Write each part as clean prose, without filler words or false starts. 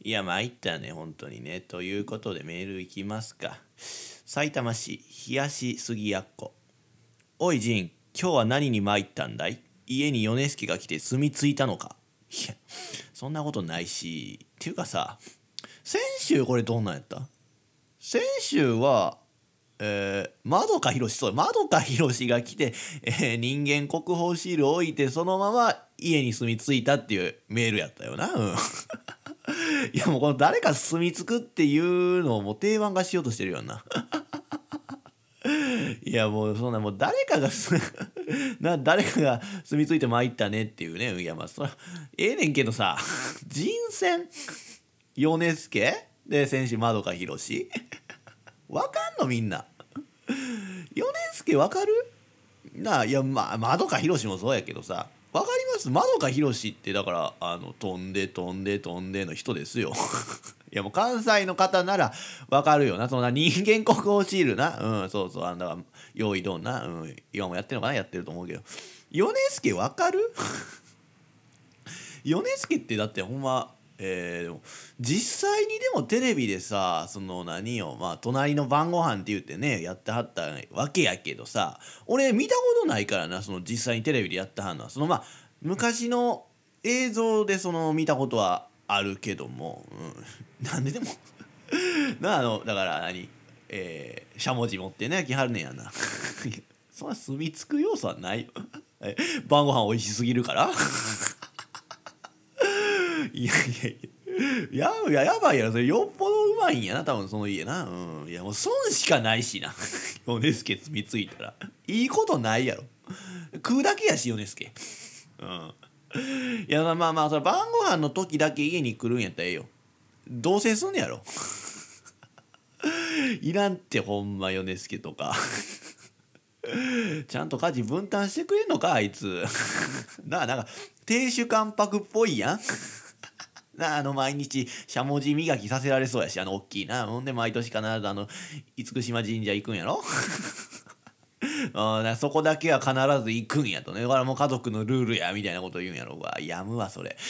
いや、参ったね、本当にね。ということでメールいきますか。埼玉市東杉やっこ。おい仁、今日は何に参ったんだい？家に米助が来て住み着いたのか？いや、そんなことないし。っていうかさ、先週これどんなんやった？先週は、まどかひろし、そう、まどかひろしが来て、人間国宝シールを置いて、そのまま家に住み着いたっていうメールやったよな。うん。いやもうこの誰か住み着くっていうのをもう定番化しようとしてるよな。いやもうそんなもう誰かが住み着いて参ったねっていうね。いやまあそらええねんけどさ、人選米助で選手まどかひろしわかんのみんな。米助わかる？なあ、いやまどかひろしもそうやけどさ、わかります？まどかひろしってだから飛んで飛んで飛んでの人ですよ。いやもう関西の方ならわかるよな。そんな人間国宝シールな。うん、そうそう。だから用意どんな。うん、今もやってるのかな？やってると思うけど。米助わかる？米助ってだってほんま、でも実際にでもテレビでさ、その何よ、まあ隣の晩ご飯って言ってねやってはったわけやけどさ、俺見たことないからな。その実際にテレビでやってはんのはそのまあ昔の映像でその見たことはあるけども、うん、なんででもだからしゃもじ持ってね来はるねんやな。そんな住み着く要素はないよ。晩ご飯美味しすぎるから。いやいやいや、やばいやろ。それよっぽどうまいんやな多分その家な。うん。いやもう損しかないしな。米助住み着いたらいいことないやろ。食うだけやし米助。うん。いやまあまあそれ晩ご飯の時だけ家に来るんやったらええよ。同棲すんねやろ。いらんってほんま米助とか。ちゃんと家事分担してくれんのかあいつ。なんか亭主関白っぽいやん。毎日しゃもじ磨きさせられそうやし、大きいな。ほんで毎年必ず厳島神社行くんやろ。そこだけは必ず行くんやとね。だからもう家族のルールやみたいなこと言うんやろ。うわやむわそれ。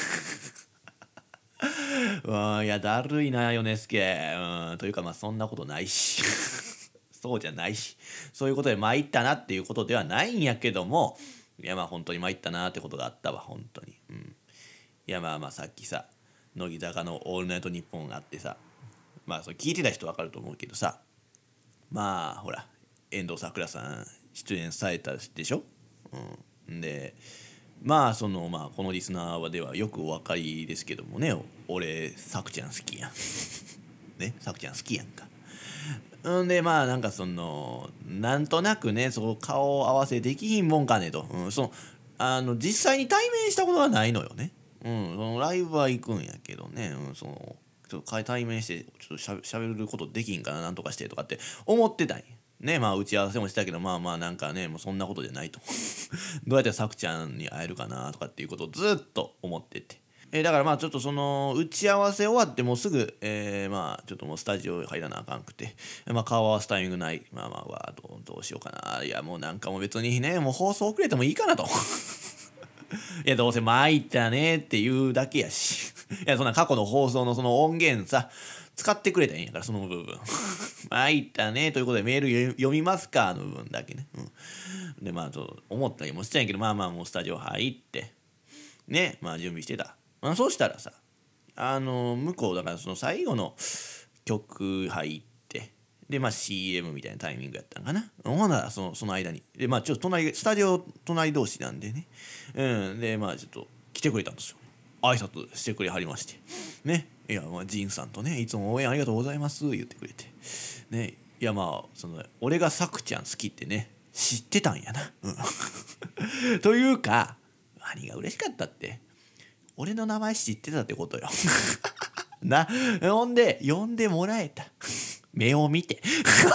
いやだるいな米助。というかまあそんなことないし。そうじゃないし、そういうことで参ったなっていうことではないんやけども、いやまあ本当に参ったなってことがあったわ本当に。うん。いやまあまあさっきさ乃木坂の「オールナイトニッポン」があってさ、まあそれ聞いてた人分かると思うけどさ、まあほら遠藤さくらさん出演されたでしょ。うん。でまあこのリスナーではよくお分かりですけどもね、俺さくちゃん好きやん。ね、さくちゃん好きやんか。んでまあなんかなんとなくねそう顔合わせできひんもんかねと、実際に対面したことがないのよね。そのライブは行くんやけどね、ちょっと対面してちょっとしゃべることできんかななんとかしてとかって思ってたんや。ね、まあ打ち合わせもしたけどまあまあなんかねもうそんなことじゃないと。どうやってさくちゃんに会えるかなとかっていうことをずっと思ってて。だからまあちょっとその打ち合わせ終わってもうすぐ、まあちょっともうスタジオ入らなあかんくて、まあ顔合わすタイミングない。まあまあどうしようかな。いやもうなんかもう別にねもう放送遅れてもいいかなと。いやどうせ参ったねっていうだけやし。いやそんな過去の放送のその音源さ使ってくれたらいいんやからその部分。参ったねということでメール読みますかの部分だけね。うん、でまあちょっと思ったりもしたんやけどまあまあもうスタジオ入ってねまあ準備してた。そうしたらさ向こうだからその最後の曲入ってでまあ CM みたいなタイミングやったんかな。ほんならその間にでまあちょっとスタジオ隣同士なんでね、でまあちょっと来てくれたんですよ。挨拶してくれはりましてね。いやまあジンさんとねいつも応援ありがとうございます言ってくれてね。いやまあ俺がさくちゃん好きってね知ってたんやな。というか何が嬉しかったって俺の名前知ってたってことよ。ほんで呼んでもらえた。目を見て。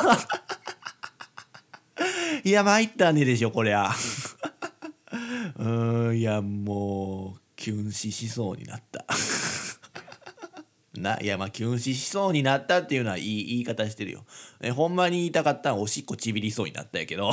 いや参ったねでしょこりゃ。いやもうキュン死しそうになった。いやまあキュン死しそうになったっていうのはいい言い方してるよ。ほんまに言いたかったのはおしっこちびりそうになったんやけど。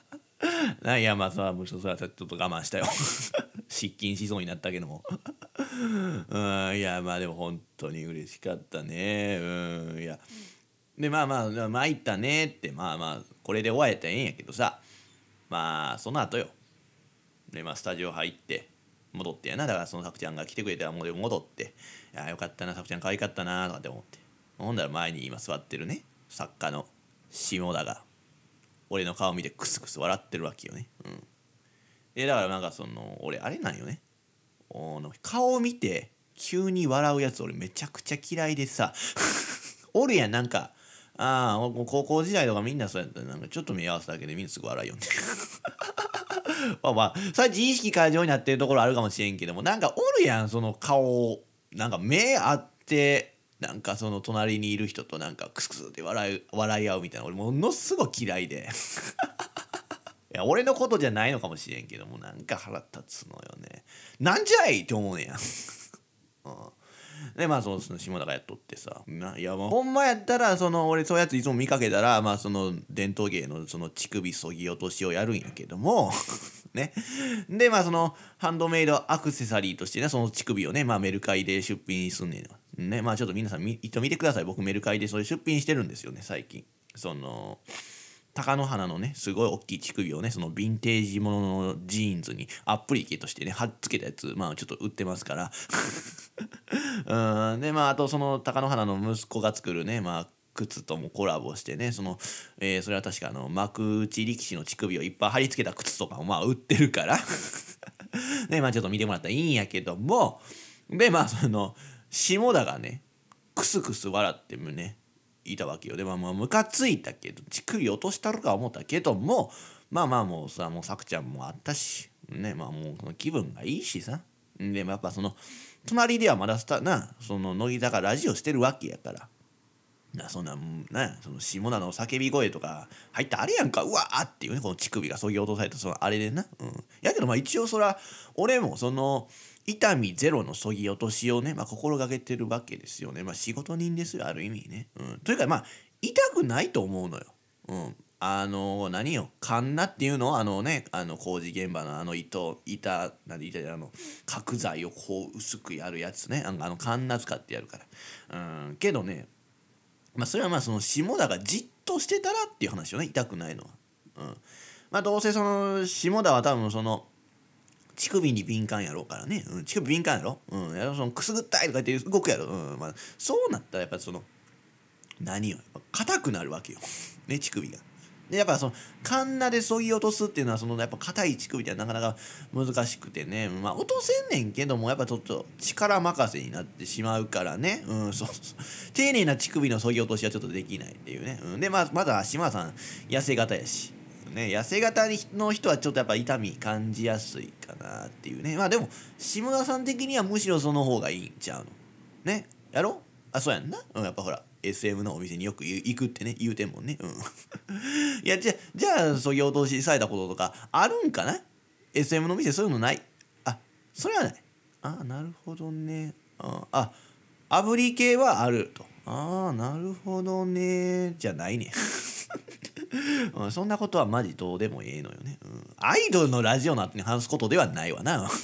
いやまあそれはちょっと我慢したよ。失禁しそうになったけども。 いやまあでも本当に嬉しかったね。いやでまあまあ参ったねってまあまあこれで終われたらええんやけどさ、まあその後よ。でまあスタジオ入って戻ってやな。だからそのさくちゃんが来てくれたらもう戻って、いやよかったな、さくちゃん可愛かったなとかって思って、ほんだら前に今座ってるね作家の下田が俺の顔見てクスクス笑ってるわけよね。でだからなんかその俺あれなんよね、顔を見て急に笑うやつ俺めちゃくちゃ嫌いでさおるやんなんか、高校時代とかみんなそうやったらなんかちょっと目合わせただけでみんなすぐ笑いよねまあまあそれは自意識過剰になってるところあるかもしれんけども、なんかおるやんその顔なんか目あってなんかその隣にいる人となんかクスクスって笑い合うみたいな、俺ものすごい嫌いでいや俺のことじゃないのかもしれんけどもなんか腹立つのよね。なんじゃいって思うねや、でまあその下田がやっとってさ、いやもうほんまやったらその俺そういうやついつも見かけたらまあその伝統芸のその乳首そぎ落としをやるんやけどもね、でまあそのハンドメイドアクセサリーとしてねその乳首をねまあメルカリで出品すんねんね。まあちょっと皆さん一応見てください。僕メルカリでそれ出品してるんですよね最近。その貴乃花のねすごい大きい乳首をねそのヴィンテージもののジーンズにアプリケとしてね貼っつけたやつまあちょっと売ってますからでまああとその貴乃花の息子が作るねまあ靴ともコラボしてねその、それは確か幕内力士の乳首をいっぱい貼り付けた靴とかもまあ売ってるからねまあちょっと見てもらったらいいんやけども、でまあその下田がねクスクス笑ってもねいたわけよ。でまあムカついたけど乳首落としたるか思ったけども、まあまあもうさもうさくちゃんもあったしねまあもうその気分がいいしさ、でもやっぱその隣ではまだその乃木坂ラジオしてるわけやからそんなその下田の叫び声とか入ったあれやんか、うわーっていうねこの乳首がそぎ落とされたそのあれでな、やけどまあ一応そら俺もその痛みゼロのそぎ落としをね、まあ、心がけてるわけですよね。まあ仕事人ですよある意味ね、というかまあ痛くないと思うのよ。何よカンナっていうのは工事現場の角材をこう薄くやるやつね、カンナ使ってやるから、けどねまあそれはまあその下田がじっとしてたらっていう話よね、痛くないのは。まあどうせその下田は多分その乳首に敏感やろうからね、乳首敏感やろ、やろそのくすぐったいとか言って動くやろ、まあそうなったらやっぱその何よ硬くなるわけよね乳首が。でやっぱそのカンナでそぎ落とすっていうのはそのやっぱ硬い乳首ってなかなか難しくてね、まあ落とせんねんけどもやっぱちょっと力任せになってしまうからね、そう丁寧な乳首のそぎ落としはちょっとできないっていうね、でまだ島田さん痩せ型やしね、痩せ型の人はちょっとやっぱ痛み感じやすいかなっていうね。まあでも下田さん的にはむしろその方がいいんちゃうのね、やろそうやんな、やっぱほら SM のお店によく行くってね言うてんもんね。いやじゃあそぎ落としされたこととかあるんかな。 SM の店そういうのない。それはない。なるほどね。炙り系はあると。なるほどねじゃないねそんなことはマジどうでもええのよね、アイドルのラジオなんて話すことではないわな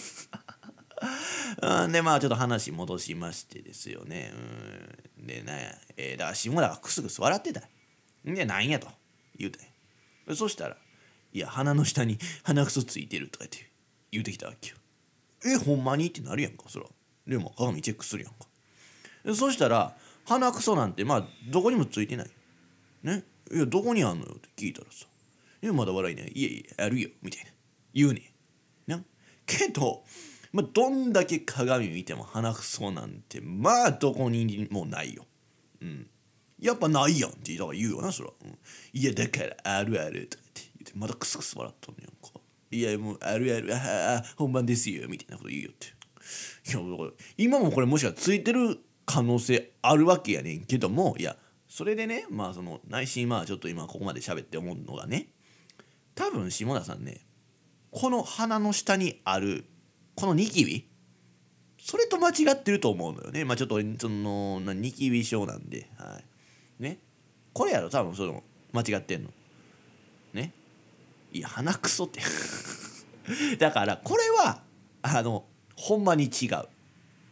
でまあちょっと話戻しましてですよね。でね、だから下田がクスクス笑ってた。でなんやと言うたんや。そしたら「いや鼻の下に鼻くそついてる」とか言うてきたわけよ。ほんまにってなるやんかそら。でも鏡チェックするやんか。そしたら鼻くそなんてまあどこにもついてないね。いやどこにあんのよって聞いたらさ「まだ笑いねいやいやあるよ」みたいな言うねんな。けどどんだけ鏡見ても鼻くそなんてまあどこにもないよ。やっぱないやんって言うよなそら、いやだからあるあるとかって言ってまだクスクス笑っとんねやんか。いやもうあるある本番ですよみたいなこと言うよって。いやだから今もこれもしかついてる可能性あるわけやねんけども、いやそれでねまあその内心ちょっと今ここまで喋って思うのがね、多分下田さんねこの鼻の下にあるこのニキビそれと間違ってると思うのよね。ちょっとそのニキビ症なんで、ねこれやろ多分その間違ってんのね。いや鼻くそってだからこれはほんまに違う。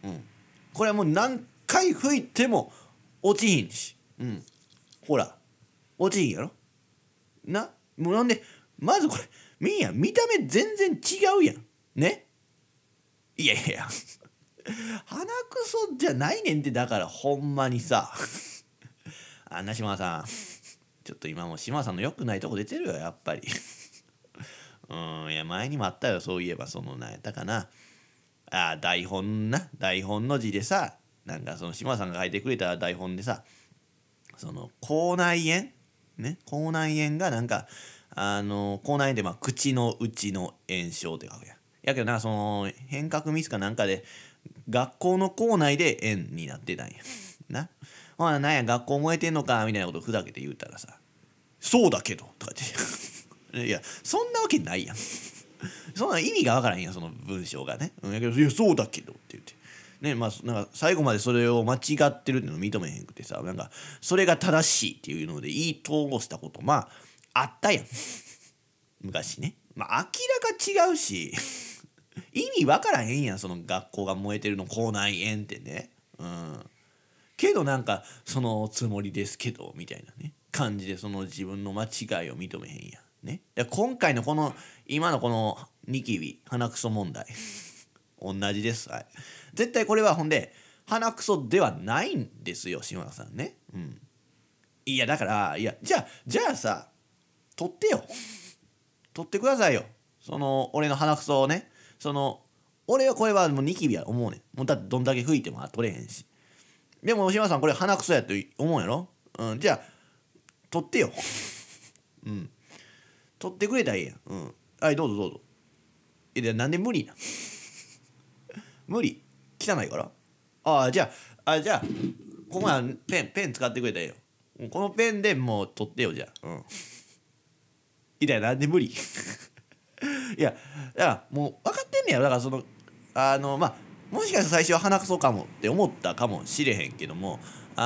これはもう何回吹いても落ちひんし、ほら落ちひんやろな。もうなんでまずこれみんや見た目全然違うやんね。いやいや鼻くそじゃないねんって。だからほんまにさ島さんちょっと今も島さんの良くないとこ出てるよやっぱりいや前にもあったよ、そういえばその何やったかな、台本の字でさ、なんかその島さんが書いてくれた台本でさ、その口内炎がなんか口内炎で口の内の炎症って書くやん。やけどその変革ミスかなんかで学校の校内で炎になってたんやな。ほななんや学校燃えてんのかみたいなことふざけて言うたらさ、そうだけどとか言っていやそんなわけないやんそんな意味がわからんやんその文章がね。やけどいやそうだけどって言ってね、なんか最後までそれを間違ってるっていうのを認めへんくてさ、なんかそれが正しいっていうので言い通したことあったやん昔ね。明らか違うし意味わからへんやんその学校が燃えてるの口内炎ってね。けどなんかそのつもりですけどみたいなね感じでその自分の間違いを認めへんやんね。今回のこの今のこのニキビ鼻くそ問題同じです。はい、絶対これはほんで鼻くそではないんですよ島田さんね。いやだからじゃあさ取ってよ取ってくださいよその俺の鼻くそをね。その俺はこれはもうニキビや思うねん。もうだってどんだけ拭いても取れへんし。でも島田さんこれ鼻くそやって思うんやろ。じゃあ取ってよ取ってくれたらいいやん。はいどうぞどうぞ。なんで無理な無理汚いから。じゃあここはペン使ってくれたらいいよ。このペンでもう取ってよじゃあ。なんで無理いやだからもう分かってんねやろ。だからそのもしかしたら最初は鼻くそかもって思ったかもしれへんけども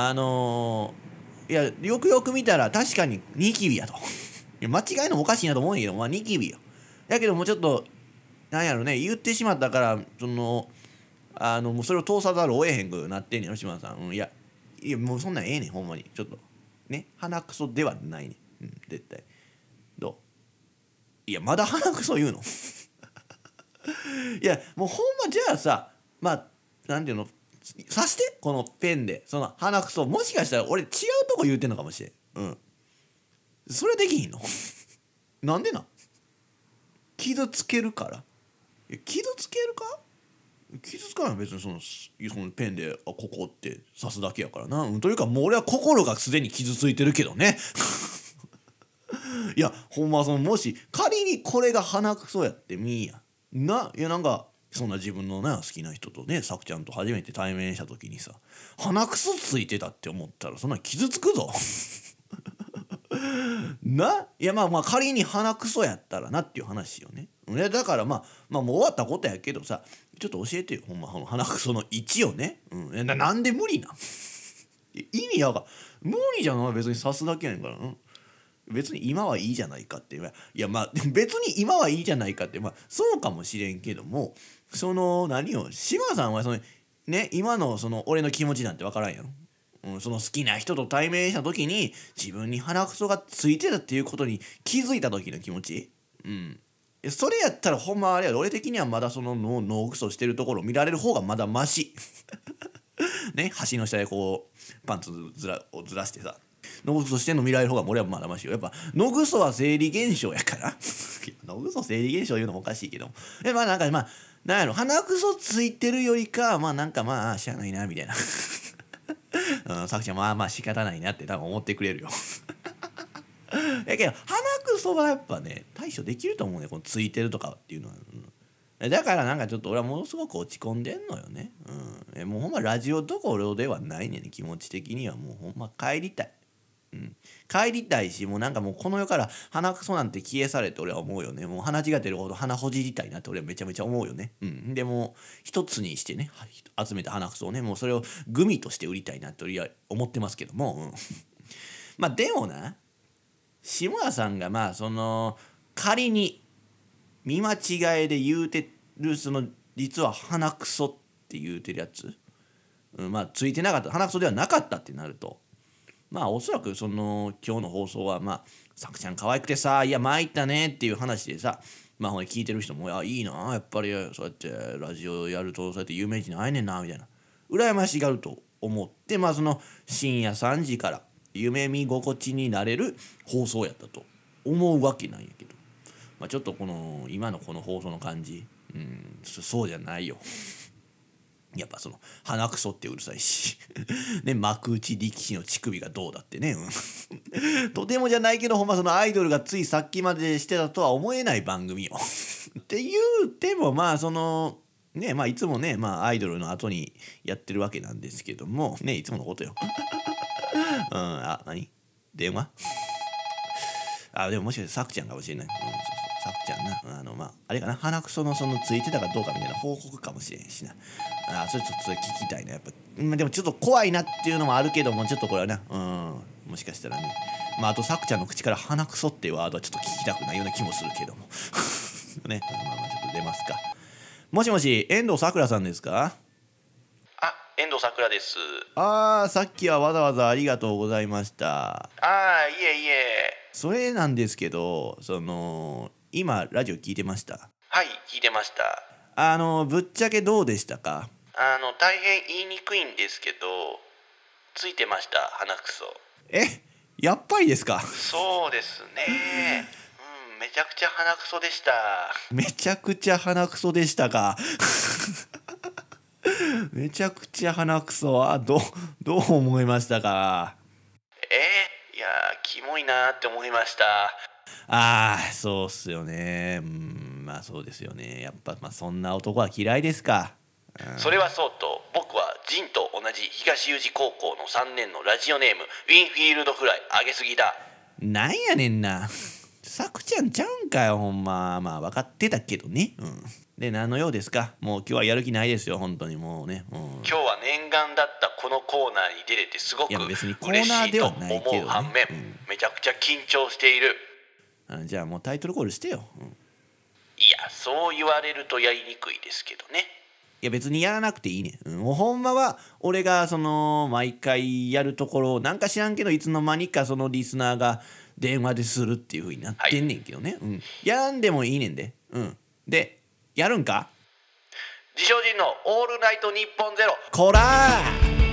よくよく見たら確かにニキビやといや間違いのもおかしいなと思うんやけどニキビよ。だけどもうちょっとなんやろね言ってしまったからそのもうそれを通さざるを得へんくなってんねやろ島田さん。いやもうそんなんええねんほんまにちょっとね鼻くそではないねん。絶対どういやまだ鼻くそ言うのいやもうほんまじゃあさなんていうのさしてこのペンでその鼻くそもしかしたら俺違うとこ言うてんのかもしれん。それできひんのなんで傷つけるから。傷つけるか傷つかない別にそのペンでここって刺すだけやからな。というかもう俺は心がすでに傷ついてるけどねいやほんまもし仮にこれが鼻くそやってみーやなんかそんな自分の好きな人とねさくちゃんと初めて対面した時にさ鼻くそついてたって思ったらそんな傷つくぞいや仮に鼻くそやったらなっていう話よね。だからもう終わったことやけどさちょっと教えてよほんま鼻くその位置をね。なんで無理なん意味やが無理じゃない別に刺すだけやねんから。別に今はいいじゃないかって別に今はいいじゃないかってそうかもしれんけどもその何よ島さんはそのね今のその俺の気持ちなんて分からんやろ。その好きな人と対面した時に自分に鼻くそがついてたっていうことに気づいた時の気持ち。それやったらほんまあれやろ俺的にはまだその脳ぐそしてるところを見られる方がまだマシね橋の下でこうパンツをずらしてさ野ぐそしてんの見られる方が俺はまだましよ。やっぱ野ぐそは生理現象やから野ぐそ生理現象言うのもおかしいけどなんやろ鼻くそついてるよりかしゃあないなみたいなさくちゃん仕方ないなって多分思ってくれるよやけど鼻くそはやっぱね対処できると思うねこのついてるとかっていうのは。だからちょっと俺はものすごく落ち込んでんのよね。もうほんまラジオどころではないねん気持ち的にはもうほんま帰りたい。帰りたいしもうもうこの世から鼻くそなんて消え去れって俺は思うよね。もう鼻血が出るほど鼻ほじりたいなって俺はめちゃめちゃ思うよね。でも一つにしてね集めた鼻くそをねもうそれをグミとして売りたいなって俺は思ってますけども、でもな志村さんがその仮に見間違えで言うてるその実は鼻くそっって言うてるやつ、まあついてなかった、鼻くそではなかったってなると、まあおそらくその今日の放送はまあさくちゃん可愛くてさ、いや参ったねっていう話でさ、まあほんで聞いてる人もいいなやっぱりそうやってラジオやるとそうやって有名人に会えねんなみたいな羨ましがると思って、まあその深夜3時から夢見心地になれる放送やったと思うわけなんやけど、まあ、ちょっとこの今のこの放送の感じ、そうじゃないよ。やっぱその鼻くそってうるさいしね、幕内力士の乳首がどうだってね、とてもじゃないけどほんまそのアイドルがついさっきまでしてたとは思えない番組よって言うてもまあそのね、まあいつもね、まあアイドルの後にやってるわけなんですけどもね、いつものことよ何電話でももしかしてさくちゃんかもしれない、さくちゃんな、まああれかな、鼻くそのそのついてたかどうかみたいな報告かもしれんしな、それちょっと聞きたいなやっぱ、でもちょっと怖いなっていうのもあるけども、ちょっとこれはな、もしかしたらね、まああとさくちゃんの口から鼻くそっていうワードはちょっと聞きたくないような気もするけどもね、まあちょっと出ますか。もしもし、遠藤さくらさんですか？ 遠藤さくらです。 さっきはわざわざありがとうございました。 いえいえ。 それなんですけど、今ラジオ聞いてました？ はい、聞いてました。 ぶっちゃけどうでしたか？ 大変言いにくいんですけど、ついてました、鼻くそ。 やっぱりですか？ そうですね。めちゃくちゃ鼻くそでした。 めちゃくちゃ鼻くそでしたかめちゃくちゃ鼻くそはどう思いましたか？ いやキモいなって思いました。 そうっすよね。まあそうですよね。やっぱそんな男は嫌いですか？ それはそうと、僕はジンと同じ東宇治高校の3年のラジオネームウィンフィールドフライ上げすぎだ。 なんやねんな。さくちゃんちゃうんかよほんま。まあ分かってたけどね。で何の用ですか？もう今日はやる気ないですよ本当にもうね。 今日は念願だったこのコーナーに出れてすごく嬉しいと思う反面、めちゃくちゃ緊張している。 じゃあもうタイトルコールしてよ。 いやそう言われるとやりにくいですけどね。 いや別にやらなくていいね。もうほんまは俺が毎回やるところなんか知らんけどいつの間にかそのリスナーが電話でするっていう風になってんねんけどね。やらんでもいいねんで。でやるんか？ 自称人のオールナイトニッポンゼロ。 こら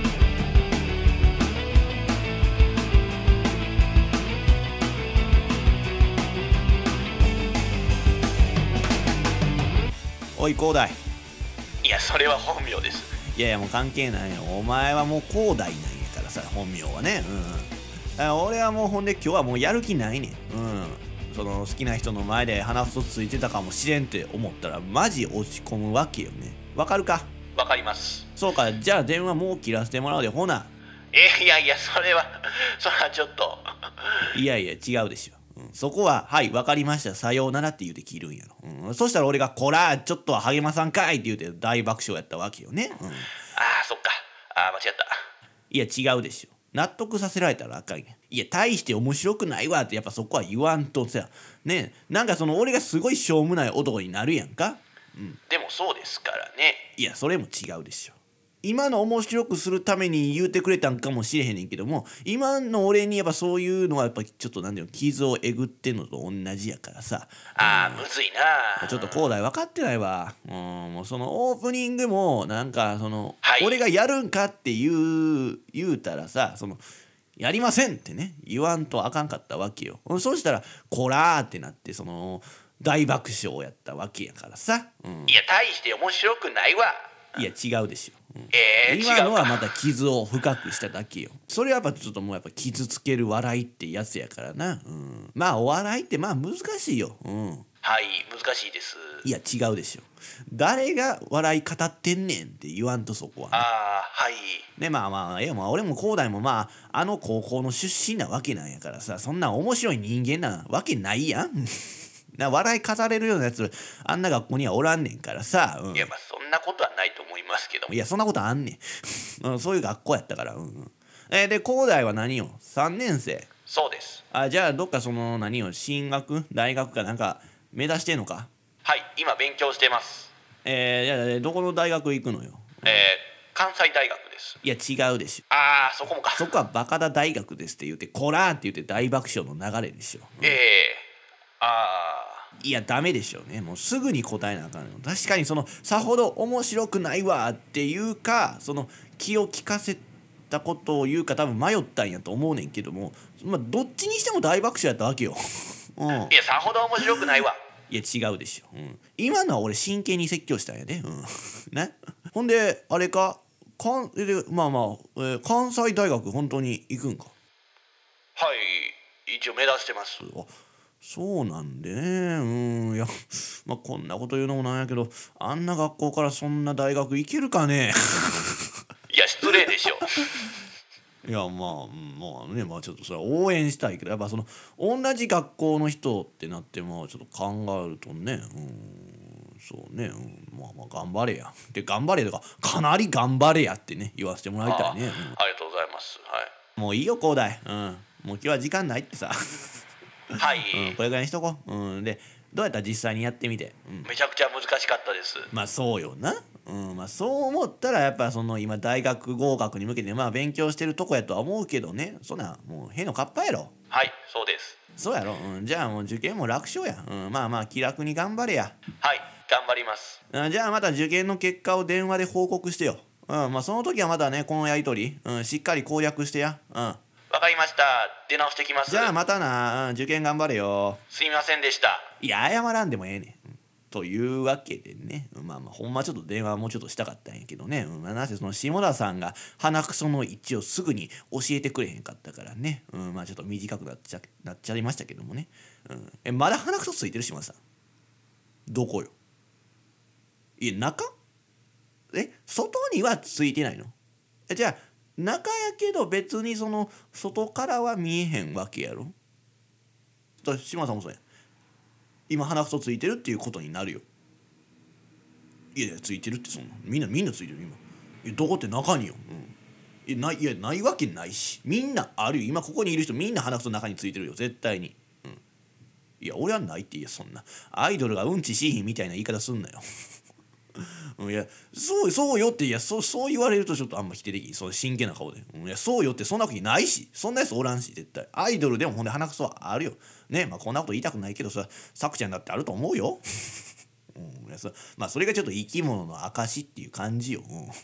おい広大。 いやそれは本名です。 いやもう関係ないよ。お前はもう広大なんやからさ本名はね。俺はもうほんで今日はもうやる気ないねん。その好きな人の前で鼻くそついてたかもしれんって思ったらマジ落ち込むわけよね。わかるか？ わかります。 そうか、じゃあ電話もう切らせてもらうで。ほな。 いやそれはちょっといや違うでしょ。そこははいわかりましたさようならって言うて切るんやろ。そしたら俺がこらちょっとは励まさんかいって言うて大爆笑やったわけよね。 そっか。間違った。 いや違うでしょ。納得させられたらあかんやん。いや大して面白くないわってやっぱそこは言わんとさね。なんか俺がすごいしょうもない男になるやんか。 でもそうですからね。 いやそれも違うでしょ。今の面白くするために言うてくれたんかもしれへんねんけども、今の俺にやっぱそういうのはやっぱちょっとなんていうの傷をえぐってんのと同じやからさ。 むずいな。 ちょっと広大分かってないわ。もうそのオープニングもなんか俺がやるんかって言うたらさやりませんってね言わんとあかんかったわけよ。そうしたらこらーってなって大爆笑やったわけやからさ。 いや大して面白くないわ。 いや違うでしょ。 今のはまた傷を深くしただけよ。それはやっぱちょっともうやっぱ傷つける笑いってやつやからな。まあお笑いってまあ難しいよ。 はい難しいです。 いや違うでしょ。誰が笑い語ってんねんって言わんとそこはね。 はいねまあ俺も広大もまあ高校の出身なわけなんやからさ、そんな面白い人間なわけないやん笑い語れるようなやつあんな学校にはおらんねんからさ。 いやそんなことはないと思いますけど。 いやそんなことあんねんそういう学校やったから。で広大は何よ3年生？ そうです。 じゃあどっか何よ進学大学かなんか目指してんのか？ はい今勉強してます。 じゃあどこの大学行くのよ？ 関西大学です。 いや違うでしょ。 ああ、そこもか。 そこはバカだ大学ですって言ってコラーって言って大爆笑の流れでしょ、 あいやダメでしょうね。もうすぐに答えなあかんの。確かにそのさほど面白くないわっていうか、その気を利かせたことを言うか多分迷ったんやと思うねんけども、まあどっちにしても大爆笑やったわけよいやさほど面白くないわ。 いや違うでしょ、今のは俺真剣に説教したんやで、ね。ほんであれか関西大学本当に行くんか。 はい、一応目指してます。 あ、そうなんでね。いやこんなこと言うのもなんやけど、あんな学校からそんな大学行けるかねいや失礼でしょいやちょっとそれは応援したいけど、やっぱその同じ学校の人ってなってもちょっと考えるとね、そうね、頑張れやで、頑張れとかかなり頑張れやってね言わせてもらいたいね。 ありがとうございます。はい。 もういいよ広大、もう今日は時間ないってさはい、 これぐらいにしとこう。でどうやったら実際にやってみて、 めちゃくちゃ難しかったです。 そうよな。そう思ったらやっぱその今大学合格に向けて勉強してるとこやとは思うけどね、そんなんもうへのかっぱやろ。 はいそうです。 そうやろ、じゃあもう受験も楽勝や、気楽に頑張れや。 はい頑張ります。 じゃあまた受験の結果を電話で報告してよ。その時はまたねこのやり取り、しっかり攻略してや。 わかりました。出直してきます。 じゃあまたな、受験頑張れよ。 すみませんでした。 いや謝らんでもええねん。というわけでね、ほんまちょっと電話もうちょっとしたかったんやけどね、なぜその下田さんが鼻くその位置をすぐに教えてくれへんかったからね、ちょっと短くなっちゃいましたけどもね、まだ鼻くそついてる下田さん。どこよ。いや中？外にはついてないの？じゃあ中やけど別にその外からは見えへんわけやろ。島田さんもそうや。今鼻くそついてるっていうことになるよ。いやついてるって、そんなみんなついてる今。どこって中によ。ないわけないし、みんなあるよ。今ここにいる人みんな鼻くそ中についてるよ絶対に。いや俺はないって。いやそんなアイドルがうんちしいひんみたいな言い方すんなよいやそうよって。いやそう言われるとちょっとあんま否定できん、その真剣な顔で。いやそうよって、そんなわけないし、そんなやつおらんし絶対。アイドルでもほんで鼻くそはあるよね。こんなこと言いたくないけどさ、さくちゃんだってあると思うよそれがちょっと生き物の証っていう感じよ。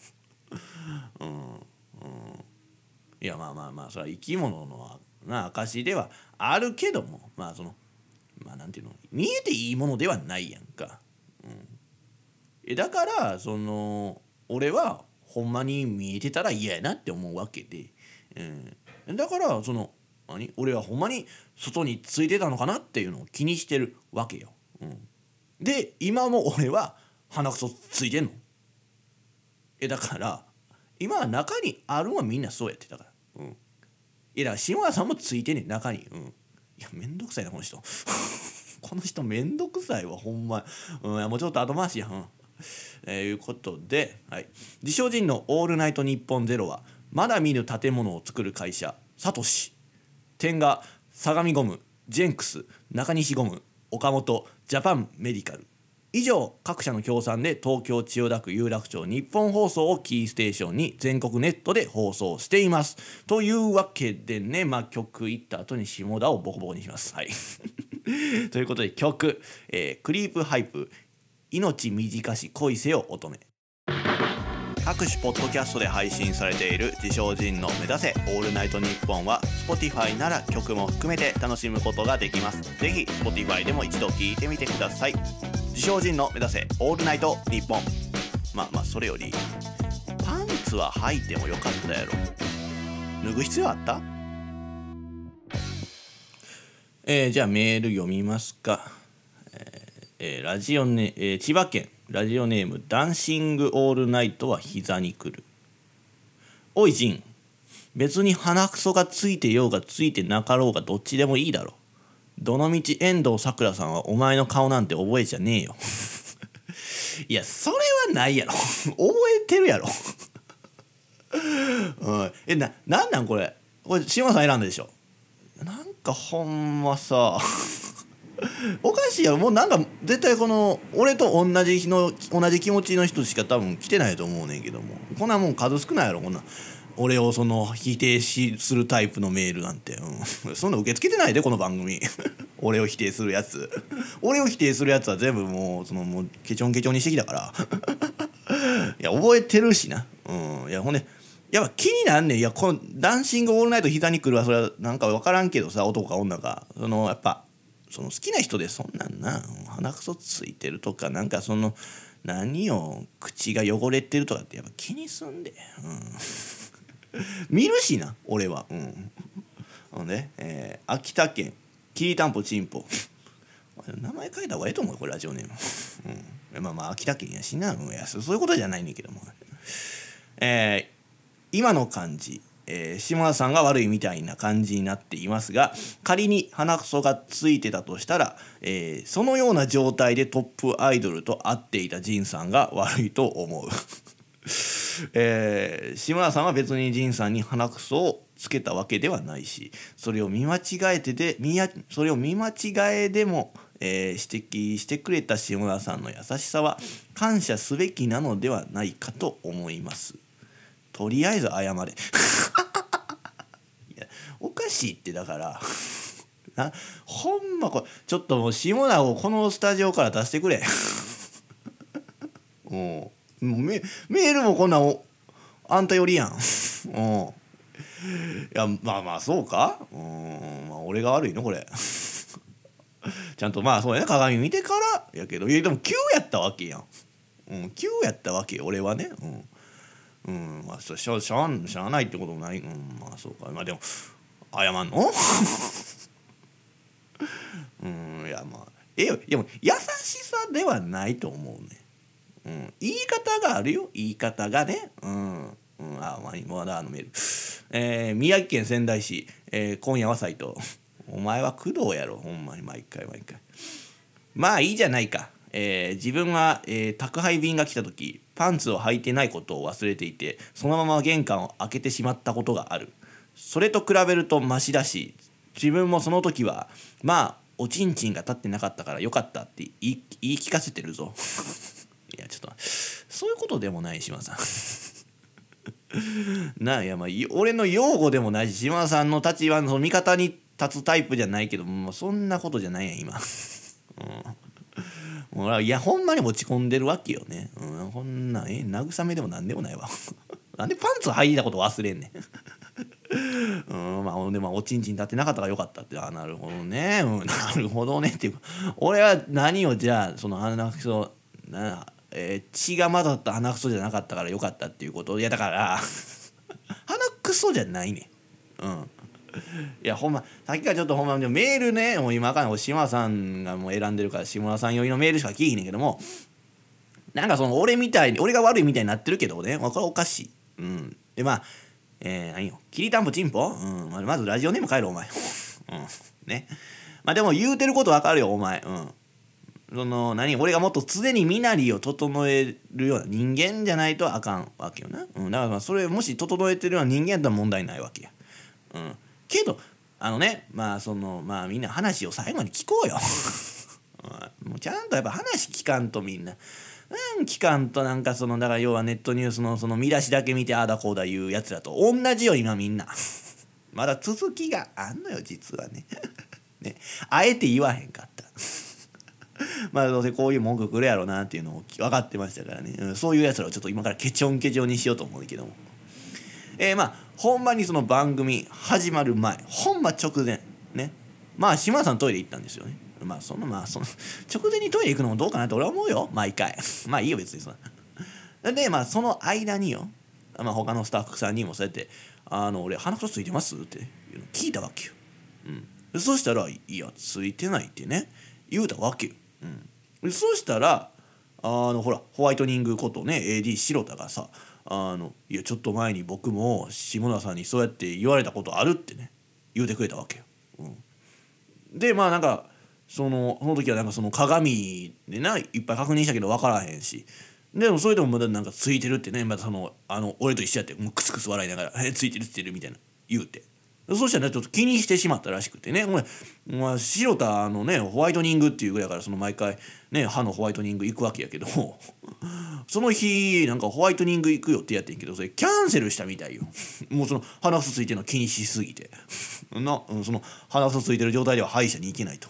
いやそれは生き物の証ではあるけども、なんていうの、見えていいものではないやんか。だからその俺はほんまに見えてたら嫌やなって思うわけで、だからその俺はほんまに外についてたのかなっていうのを気にしてるわけよ。で今も俺は鼻くそついてんの。だから今は中にあるのはみんなそうやってたから。いやだから下田さんもついてんねん中に。いやめんどくさいなこの人この人めんどくさいわほんま。もうちょっと後回しやん。いうことで、自称人のオールナイトニッポンゼロはまだ見ぬ建物を作る会社サトシ、天下相模ゴム、ジェンクス、中西ゴム、岡本、ジャパンメディカル以上各社の協賛で東京千代田区有楽町日本放送をキーステーションに全国ネットで放送しています。というわけでね、曲いった後に下田をボコボコにします。ということで曲、クリープハイプ命短し恋せよ乙女。各種ポッドキャストで配信されている自称人の目指せオールナイトニッポンは Spotify なら曲も含めて楽しむことができます。ぜひ Spotify でも一度聞いてみてください。自称人の目指せオールナイトニッポン。それよりパンツは履いてもよかったやろ。脱ぐ必要あった？じゃあメール読みますか。ラジオネ千葉県ラジオネームダンシングオールナイトは膝にくる。おいジン、別に鼻くそがついてようがついてなかろうがどっちでもいいだろ。どのみち遠藤さくらさんはお前の顔なんて覚えちゃねえよいやそれはないやろ覚えてるやろなんこれ島さん選んだでしょ。なんかほんまさおかしいやろ。もうなんか絶対この俺と同じ気持ちの人しか多分来てないと思うねんけども、こんなもん数少ないやろこんな。俺をその否定するタイプのメールなんて、そんな受け付けてないでこの番組俺を否定するやつは全部もうもうケチョンケチョンにしてきたからいや覚えてるしな。いやほんでやっぱ気になんねん。いやこのダンシングオールナイト膝に来るはそれはなんか分からんけどさ、男か女かやっぱ好きな人でそんなんな鼻くそついてるとかなんか何よ口が汚れてるとかってやっぱ気にすんで、見るしな俺は。ほんで、秋田県きりたんぽちんぽ名前書いた方がええと思うよこれラジオネーム。まあ秋田県やしな。いやそういうことじゃないねんけども、今の感じ、下田さんが悪いみたいな感じになっていますが、仮に鼻くそがついてたとしたら、そのような状態でトップアイドルと会っていた仁さんが悪いと思う下田さんは別に仁さんに鼻くそをつけたわけではないし、それを見間違えでも、指摘してくれた下田さんの優しさは感謝すべきなのではないかと思います。とりあえず謝れいやおかしいって。だからほんまこれちょっともう下田をこのスタジオから出してくれもうメールもこんなんあんたよりやん。いやまあそうか。まあ、俺が悪いのこれちゃんとまあそうやね鏡見てからやけど、いやでも急やったわけやん。急やったわけ俺はね。まあしゃあないってこともない。まあそうか。まあでも謝んのいやまあいやでも優しさではないと思うね。言い方があるよ、言い方がね。まだメール、宮城県仙台市、今夜は斉藤。お前は工藤やろほんまに毎回。まあいいじゃないか。自分は、宅配便が来た時パンツを履いてないことを忘れていて、そのまま玄関を開けてしまったことがある。それと比べるとマシだし、自分もその時はまあおちんちんが立ってなかったからよかったって言い聞かせてるぞいやちょっとそういうことでもない島さんいやまあ俺の擁護でもないし、島さんの立場の味方に立つタイプじゃないけど、もうそんなことじゃないやん今もういやほんまに落ち込んでるわけよね。こんな慰めでもなんでもないわなんでパンツ履いたこと忘れんねんまあおちんちん立ってなかったからよかったって。なるほどね。なるほどねっていうか、俺は何をじゃあその鼻くそ血が混ざった鼻くそじゃなかったからよかったっていうこと。いやだから鼻くそじゃないね。いやほんまさっきからちょっとほんまメールね、もう今から島さんがもう選んでるから下田さん寄りのメールしか聞いひんねんけども、なんか俺が悪いみたいになってるけどね、これおかしい。でまあ何よきりたんぽちんぽ、まずラジオネーム変えろお前ね。まあでも言うてることわかるよお前。俺がもっと常に身なりを整えるような人間じゃないとあかんわけよな。だからまあそれもし整えてるような人間やったら問題ないわけや。けどまあみんな話を最後に聞こうよもうちゃんとやっぱ話聞かんとみんな。聞かんとなんかだから要はネットニュースのその見出しだけ見てああだこうだ言うやつらと同じよ今みんなまだ続きがあんのよ実はねね、あえて言わへんかったまあどうせこういう文句くるやろなっていうのを分かってましたからね、そういうやつらをちょっと今からケチョンケチョンにしようと思うんだけども、まあほんまにその番組始まる前ほんま直前ね、まあ島田さんトイレ行ったんですよね。その直前にトイレ行くのもどうかなって俺は思うよ毎回まあいいよ別にでまあその間によ、他のスタッフさんにもそうやって俺鼻くそついてますって聞いたわけよ。そしたらいやついてないってね言うたわけよ。そしたらほらホワイトニングことね AD 白田がさいやちょっと前に僕も下田さんにそうやって言われたことあるってね言うてくれたわけよ。でまあなんかその時はなんかその鏡でないっぱい確認したけど分からへんし、でもそれでもまだなんかついてるってね、また俺と一緒やってもうクスクス笑いながら「ついてるついてる」みたいな言うて、 そしたらちょっと気にしてしまったらしくてね、お前白田のねホワイトニングっていうぐらいから毎回ね歯のホワイトニング行くわけやけどその日なんかホワイトニング行くよってやってんけどそれキャンセルしたみたいよもうその鼻くそついてるの気にしすぎてその鼻くそついてる状態では歯医者に行けないと、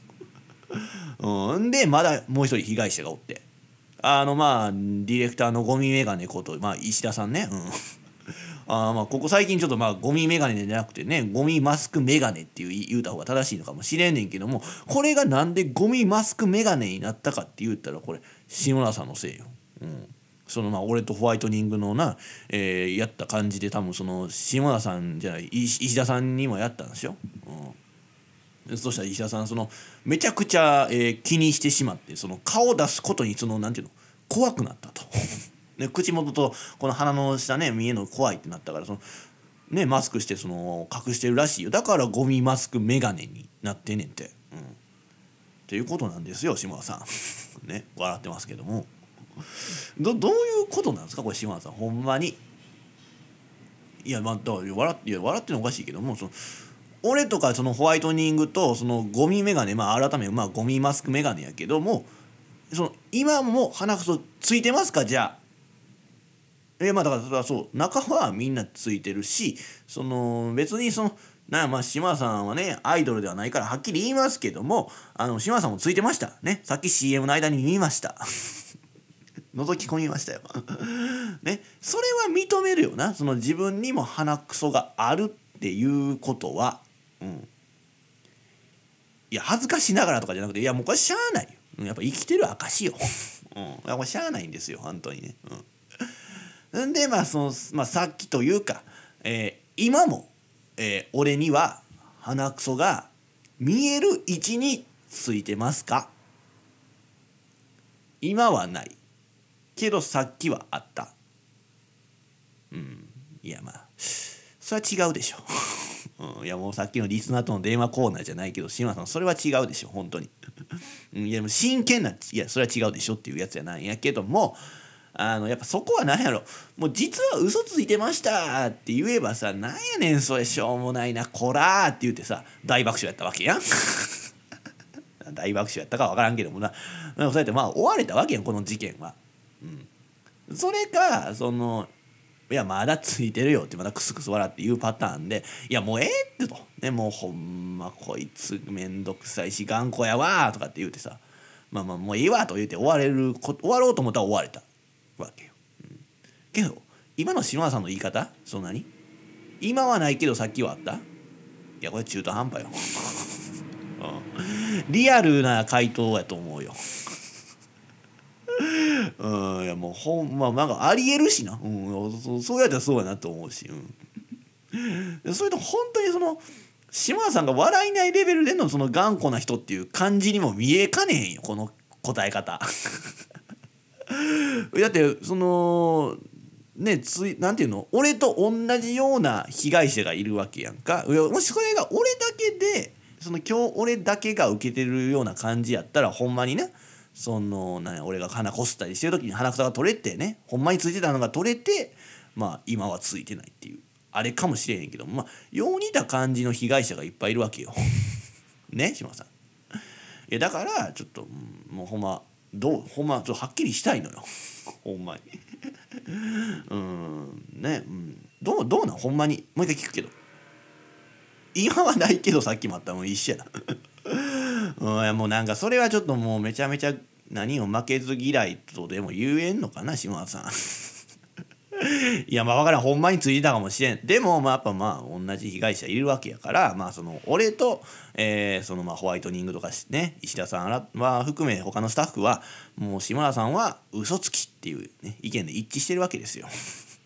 でまだもう一人被害者がおって、ディレクターのゴミメガネこと、石田さんね、ここ最近ちょっとゴミメガネじゃなくてねゴミマスクメガネって言うた方が正しいのかもしれんねんけども、これがなんでゴミマスクメガネになったかって言ったらこれ志村さんのせいよ。俺とホワイトニングのやった感じで多分志村さんじゃない石田さんにもやったんですよ。そしたら石田さんめちゃくちゃ、気にしてしまって顔を出すことになんていうの怖くなったと。で口元とこの鼻の下ね見えるの怖いってなったからマスクして隠してるらしいよ。だからゴミマスクメガネになってんねんって。っていうことなんですよ志村さん。ね笑ってますけどもどういうことなんですかこれ志村さんほんまに。いやだから笑ってるのおかしいけども俺とかホワイトニングとゴミメガネ改めゴミマスクメガネやけども今も鼻くそついてますかじゃあ。だからそれはそう中はみんなついてるし別に志村さんはねアイドルではないからはっきり言いますけども志村さんもついてましたね。さっき CM の間に見ました覗き込みましたよね。それは認めるよな自分にも鼻くそがあるっていうことは。いや恥ずかしながらとかじゃなくてもうこれしゃあないよ。やっぱ生きてる証よこれしゃあないんですよ本当にね。んでさっきというか、今も、俺には鼻くそが見える位置についてますか。今はないけどさっきはあった。いやそれは違うでしょいやもうさっきのリスナーとの電話コーナーじゃないけど志村さんそれは違うでしょ本当にいやもう真剣ないやそれは違うでしょっていうやつじゃないんやけどもやっぱそこは何やろもう実は嘘ついてましたって言えばさなんやねんそれしょうもないなこらーって言ってさ大爆笑やったわけやん大爆笑やったか分からんけどもそうやって終われたわけやんこの事件は。それかいやまだついてるよってまたクスクス笑って言うパターンでいやもうええってと、ね、もうほんまこいつめんどくさいし頑固やわとかって言うてさもういいわと言うて終わろうと思ったら終われたわけよ。けど今の島田さんの言い方何今はないけどさっきはあった。いやこれ中途半端よリアルな回答やと思うよいやもうほんまなんかありえるしな、そうやったらそうやなと思うし、それと本当に島田さんが笑いないレベルでの頑固な人っていう感じにも見えかねへんよこの答え方だってなんていうの俺と同じような被害者がいるわけやんか。もしこれが俺だけで今日俺だけが受けてるような感じやったらほんまにね俺が鼻こすったりしてる時に鼻くそが取れてねほんまについてたのが取れて今はついてないっていうあれかもしれへんけどよう似た感じの被害者がいっぱいいるわけよね島さん。いやだからちょっともうほんまちょっとはっきりしたいのよほんまにねどうなんほんまにもう一回聞くけど今はないけどさっきもあったもん一緒やないやもうなんかそれはちょっともうめちゃめちゃ何を負けず嫌いとでも言えんのかな島田さんいや分からんほんまについてたかもしれん。でもやっぱ同じ被害者いるわけやから俺と、ホワイトニングとかね石田さんは含め他のスタッフはもう島田さんは嘘つきっていう、ね、意見で一致してるわけですよ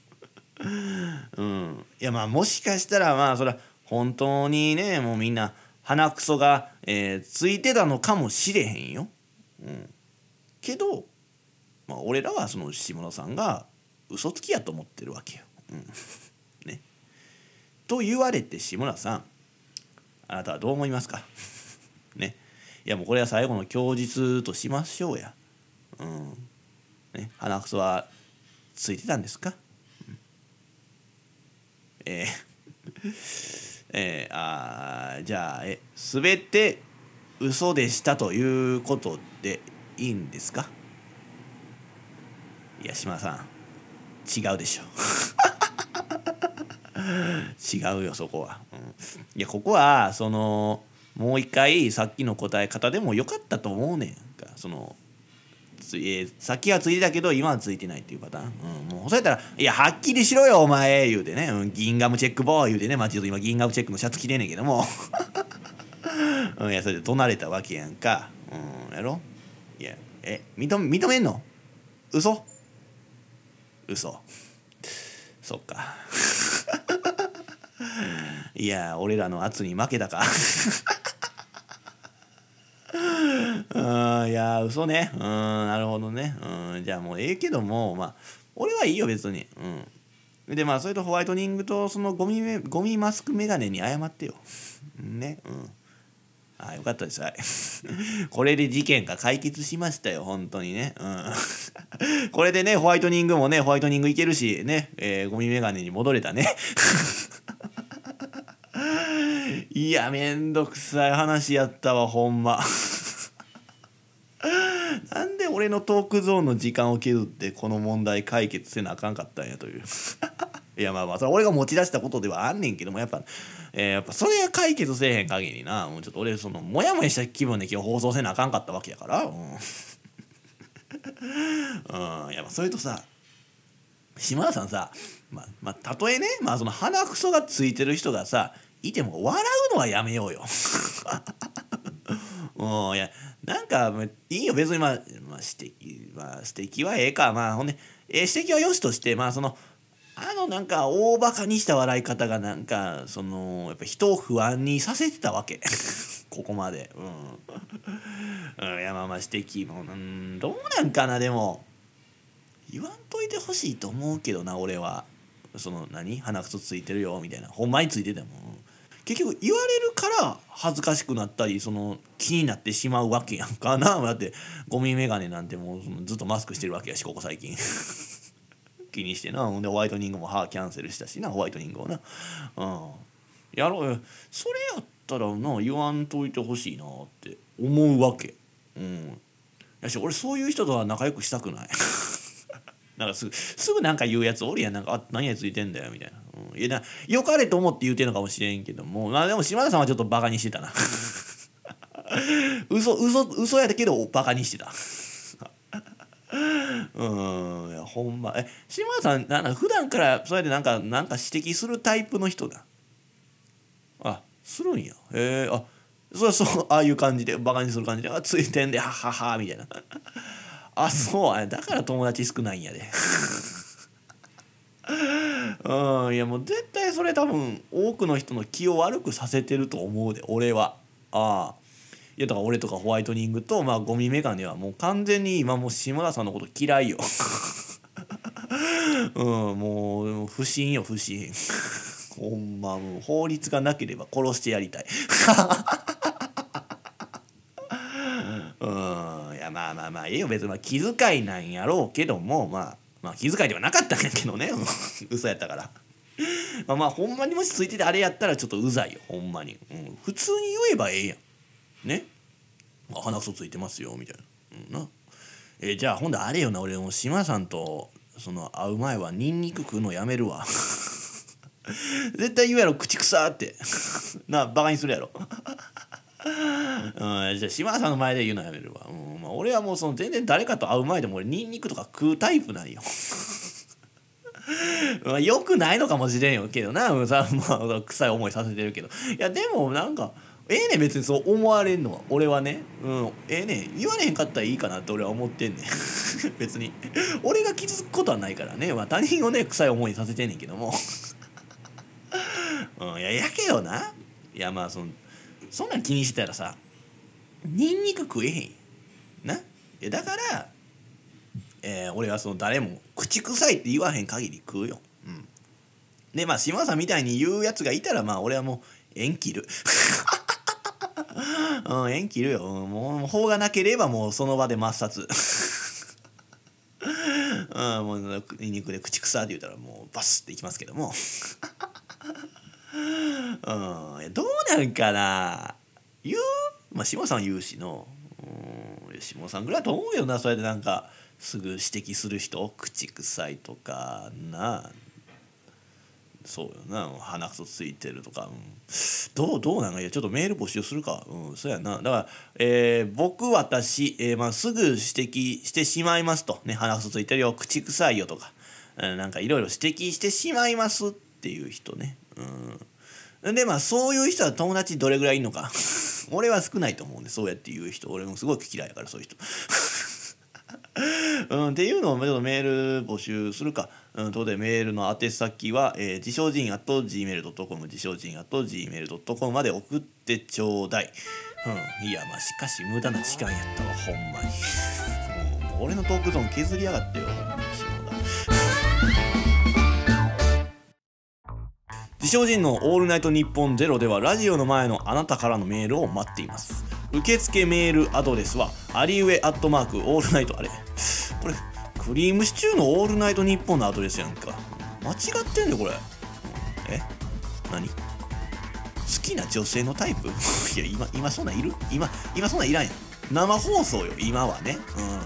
いやもしかしたらそれは本当にねもうみんな鼻くそが、ついてたのかもしれへんよ。けど、俺らは下野さんが嘘つきやと思ってるわけよ。ね。と言われて下村さんあなたはどう思いますかね。いやもうこれは最後の供述としましょうや。ね、鼻くそはついてたんですか。 じゃあ全て嘘でしたということでいいんですか？いや島田さん違うでしょ違うよそこは、いやここはもう一回さっきの答え方でもよかったと思うねんか。さっきはついてたけど今はついてないっていうパターン、もうそうやったら「いやはっきりしろよお前」言うてね、ギンガムチェックボーイ言うてね、ちょっと今ギンガムチェックのシャツ着てんねんけどもいやそれで怒鳴れたわけやんか、やろ。いや認めんの？嘘そっかいや俺らの圧に負けたかいや嘘ね、なるほどね、じゃあもうええけども俺はいいよ別に、でそれとホワイトニングとそのゴミマスクメガネに謝ってよね。よかったです。はいこれで事件が解決しましたよ本当にね。これでねホワイトニングもねホワイトニングいけるしね、ゴミメガネに戻れたねいやめんどくさい話やったわほんまなんで俺のトークゾーンの時間を削ってこの問題解決せなあかんかったんやといういやそれは俺が持ち出したことではあんねんけどもやっぱそれが解決せえへん限りな、もうちょっと俺モヤモヤした気分で今日放送せなあかんかったわけやからやっぱそれとさ島田さんさたとえねその鼻くそがついてる人がさいても笑うのはやめようよいやなんかいいよ別に指摘はええかほんで指摘はよしとしてなんか大バカにした笑い方がなんかやっぱ人を不安にさせてたわけここまでいや指摘もどうなんかな。でも言わんといてほしいと思うけどな俺は。鼻くそついてるよみたいなほんまについてても結局言われるから恥ずかしくなったり気になってしまうわけやんかな。だってゴミメガネなんてもうずっとマスクしてるわけやしここ最近気にしてな。ほんでホワイトニングも歯キャンセルしたしなホワイトニングをな。やろうよそれやったら言わんといてほしいなって思うわけ。やし俺そういう人とは仲良くしたくないなんかすぐなんか言うやつおるやん。なんか何やついてんだよみたいな、いやよかれと思って言うてんのかもしれんけどもでも島田さんはちょっとバカにしてたな嘘やけどバカにしてたいやほんま島田さん普段からそうやってなんか指摘するタイプの人だ。するんや。そうああいう感じでバカにする感じでついてんではははみたいなそうだから友達少ないんやでいやもう絶対それ多分多くの人の気を悪くさせてると思うで俺は。いやだから俺とかホワイトニングとゴミメガネはもう完全に今もう島田さんのこと嫌いよもう不信よ不信ほんまもう法律がなければ殺してやりたいいやええよ別に気遣いなんやろうけども気遣いではなかったんやけどね嘘やったからほんまにもしついててあれやったらちょっとうざいよほんまに、普通に言えばええやんね。鼻くそついてますよみたいな、じゃあほんであれよな俺も島さんと会う前はニンニク食うのやめるわ絶対言うやろ口臭ってバカにするやろじゃあ島田さんの前で言うのやめるわ。俺はもう全然誰かと会う前でも俺ニンニクとか食うタイプなんよよくないのかもしれんよけどな臭い思いさせてるけどいやでもなんかね別にそう思われんのは俺はねね言われへんかったらいいかなって俺は思ってんねん別に俺が傷つくことはないからね他人をね臭い思いさせてんねんけどもやけどないやそんなん気にしてたらさニンニク食えへんな。だから、俺は誰も口臭いって言わへん限り食うよ。で島さんみたいに言うやつがいたら俺はもう縁切る縁切るよ。もう法がなければもうその場で抹殺もうニンニクで口臭って言うたらもうバスっていきますけどもどうなんかな。言う、まあ下さん言うしの、下さんぐらいだと思うよな。それでなんかすぐ指摘する人、口臭いとかな。そうよな、鼻くそついてるとか、どうなんか、いやちょっとメール募集するか、そうやな。だから、僕私、まあ、すぐ指摘してしまいますとね、鼻くそついてるよ、口臭いよとか、なんかいろいろ指摘してしまいますっていう人ね。でまあそういう人は友達どれぐらいいるのか俺は少ないと思うんで、そうやって言う人、俺もすごい嫌いやから、そういう人っていうのをちょっとメール募集するか。ということでメールの宛先は、自称人 @gmail.com 自称人 @gmail.com まで送ってちょうだい。いやまあしかし無駄な時間やったわほんまにもう俺のトークゾーン削りやがってよ、自称人のオールナイトニッポンゼロではラジオの前のあなたからのメールを待っています。受付メールアドレスはありうえアットマークオールナイト、あれこれクリームシチューのオールナイトニッポンのアドレスやんか。間違ってんねこれ。何好きな女性のタイプいや今そんなんいる、今そんなんいらんやん。生放送よ今はね。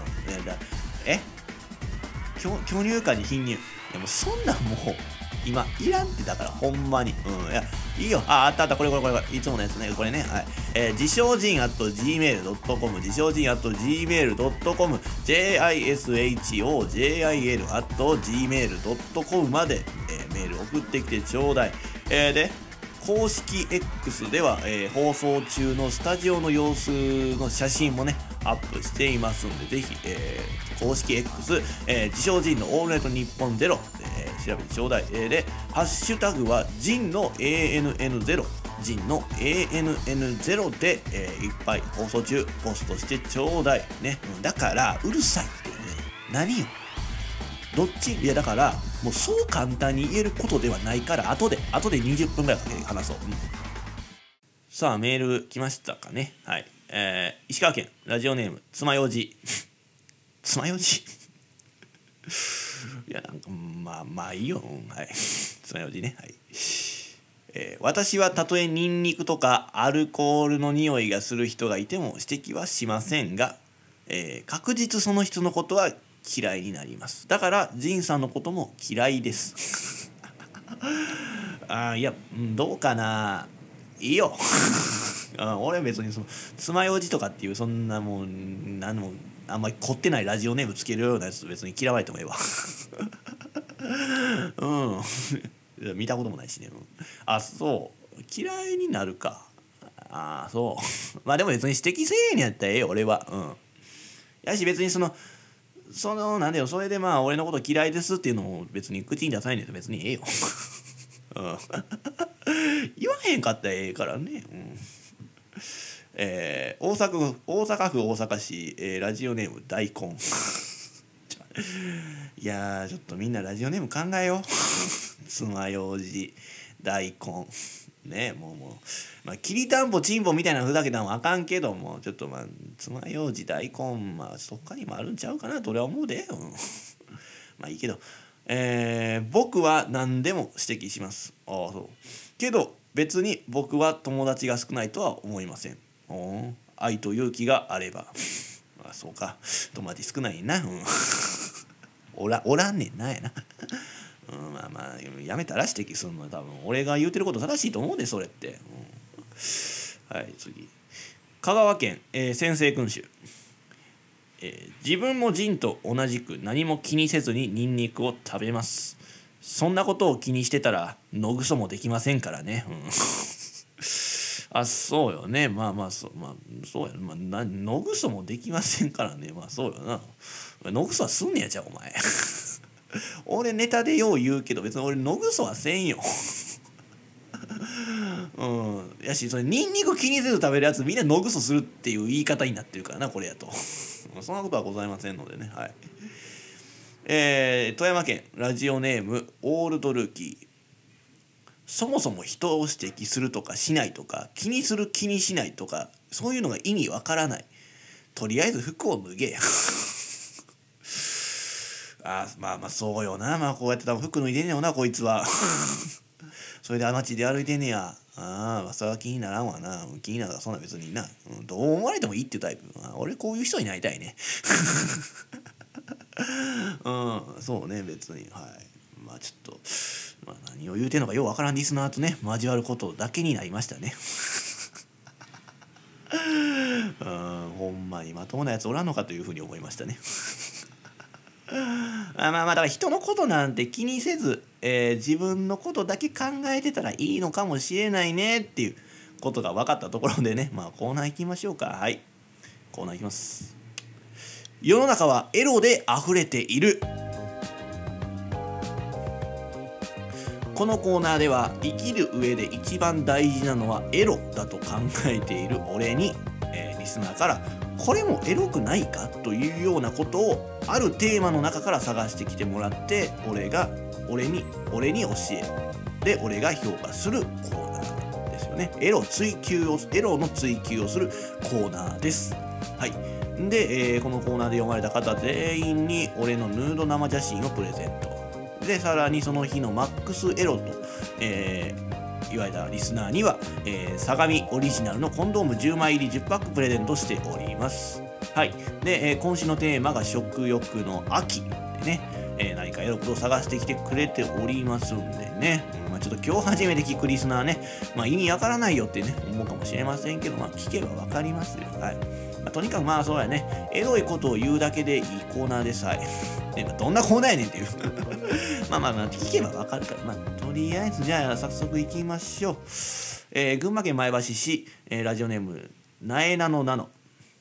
巨乳化に貧乳、いやもうそんなんもう今いらんって。だからほんまにいやいいよ。あったこれいつものやつね、これね。はい、自称人 @gmail.com 自称人 @gmail.com jishojil @gmail.com まで、メール送ってきてちょうだい。で公式 X では、放送中のスタジオの様子の写真もねアップしていますんで、ぜひ、公式 X、自称人のオールナイトニッポンゼロ、調べてちょうだい。でハッシュタグは人の ANN0 人の ANN0 で、いっぱい放送中ポストしてちょうだいね。だからうるさいってね、何よどっち。いやだからもうそう簡単に言えることではないから、後で20分ぐらいかけて話そう。さあメール来ましたかね。はい、石川県ラジオネームつまようじつまようじいやなんかまあいいよ。はい、つまようじね。はい、私はたとえニンニクとかアルコールの匂いがする人がいても指摘はしませんが、確実その人のことは嫌いになります。だからジンさんのことも嫌いですいやどうかな。いいよ俺は別にその爪楊枝とかっていうそんなもう何もあんまり凝ってないラジオネームつけるようなやつ別に嫌われてもええわ見たこともないしね。そう嫌いになるか。そうまあでも別に指摘せえへんやったらええよ俺は。やし別にそのなんだよ、それでまあ俺のこと嫌いですっていうのも別に口に出さないんで別にええよ言わへんかったらええからね。大阪府大阪市、ラジオネーム大根いやちょっとみんなラジオネーム考えよう爪楊枝大根ね。もうまあきりたんぽちんぽみたいなふざけたのはあかんけども、ちょっとまあ爪楊枝大根まあ他にもあるんちゃうかなと俺は思うで。まあいいけど、僕は何でも指摘します。そうけど別に僕は友達が少ないとは思いません。愛と勇気があればそうか友達少ないな。おらんねんなやなまあやめたら指摘するのは多分俺が言うてること正しいと思うでそれって。はい次香川県、先生君主、自分もジンと同じく何も気にせずにニンニクを食べます。そんなことを気にしてたら野ぐそもできませんからね。そうよね。まあそうや、野ぐそもできませんからね。そうよな。野ぐそはすんねやじゃあお前俺ネタでよう言うけど別に俺野ぐそはせんよやしそれニンニク気にせず食べるやつみんな野ぐそするっていう言い方になってるからなこれやとそんなことはございませんのでね。はい、富山県ラジオネームオールドルーキー、そもそも人を指摘するとかしないとか気にする気にしないとかそういうのが意味わからない。とりあえず服を脱げやまあそうよな。こうやって多分服脱いでんねよなこいつはそれで街で歩いてんねや。まあそれは気にならんわな。気になったらそんな別にな、どう思われてもいいっていうタイプ。俺こういう人になりたいね。そうね、別に。はい。まあちょっと、何を言うてんのかようわからんリスナーとね、交わることだけになりましたね。ほんまにまともなやつおらんのかというふうに思いましたね。だから人のことなんて気にせず、自分のことだけ考えてたらいいのかもしれないねっていうことが分かったところでね、コーナー行きましょうか。はい、コーナー行きます。世の中はエロで溢れている。このコーナーでは生きる上で一番大事なのはエロだと考えている俺に、リスナーからこれもエロくないかというようなことをあるテーマの中から探してきてもらって、俺に教えで俺が評価するコーナーですよね。エロの追求をするコーナーです。はい。で、このコーナーで読まれた方全員に俺のヌード生写真をプレゼントで、さらにその日のマックスエロと、言われたリスナーには、相模オリジナルのコンドーム10枚入り10パックプレゼントしております。はい。で、今週のテーマが食欲の秋でね、何かエロことを探してきてくれておりますんでね、ちょっと今日初めて聞くリスナーね、意味わからないよってね思うかもしれませんけど、聞けばわかりますよ。はい。とにかくそうやね、エロいことを言うだけでいいコーナーでさえ、どんなコーナーやねんっていう聞けばわかるから、とりあえずじゃあ早速いきましょう。群馬県前橋市、ラジオネームなえなのなの、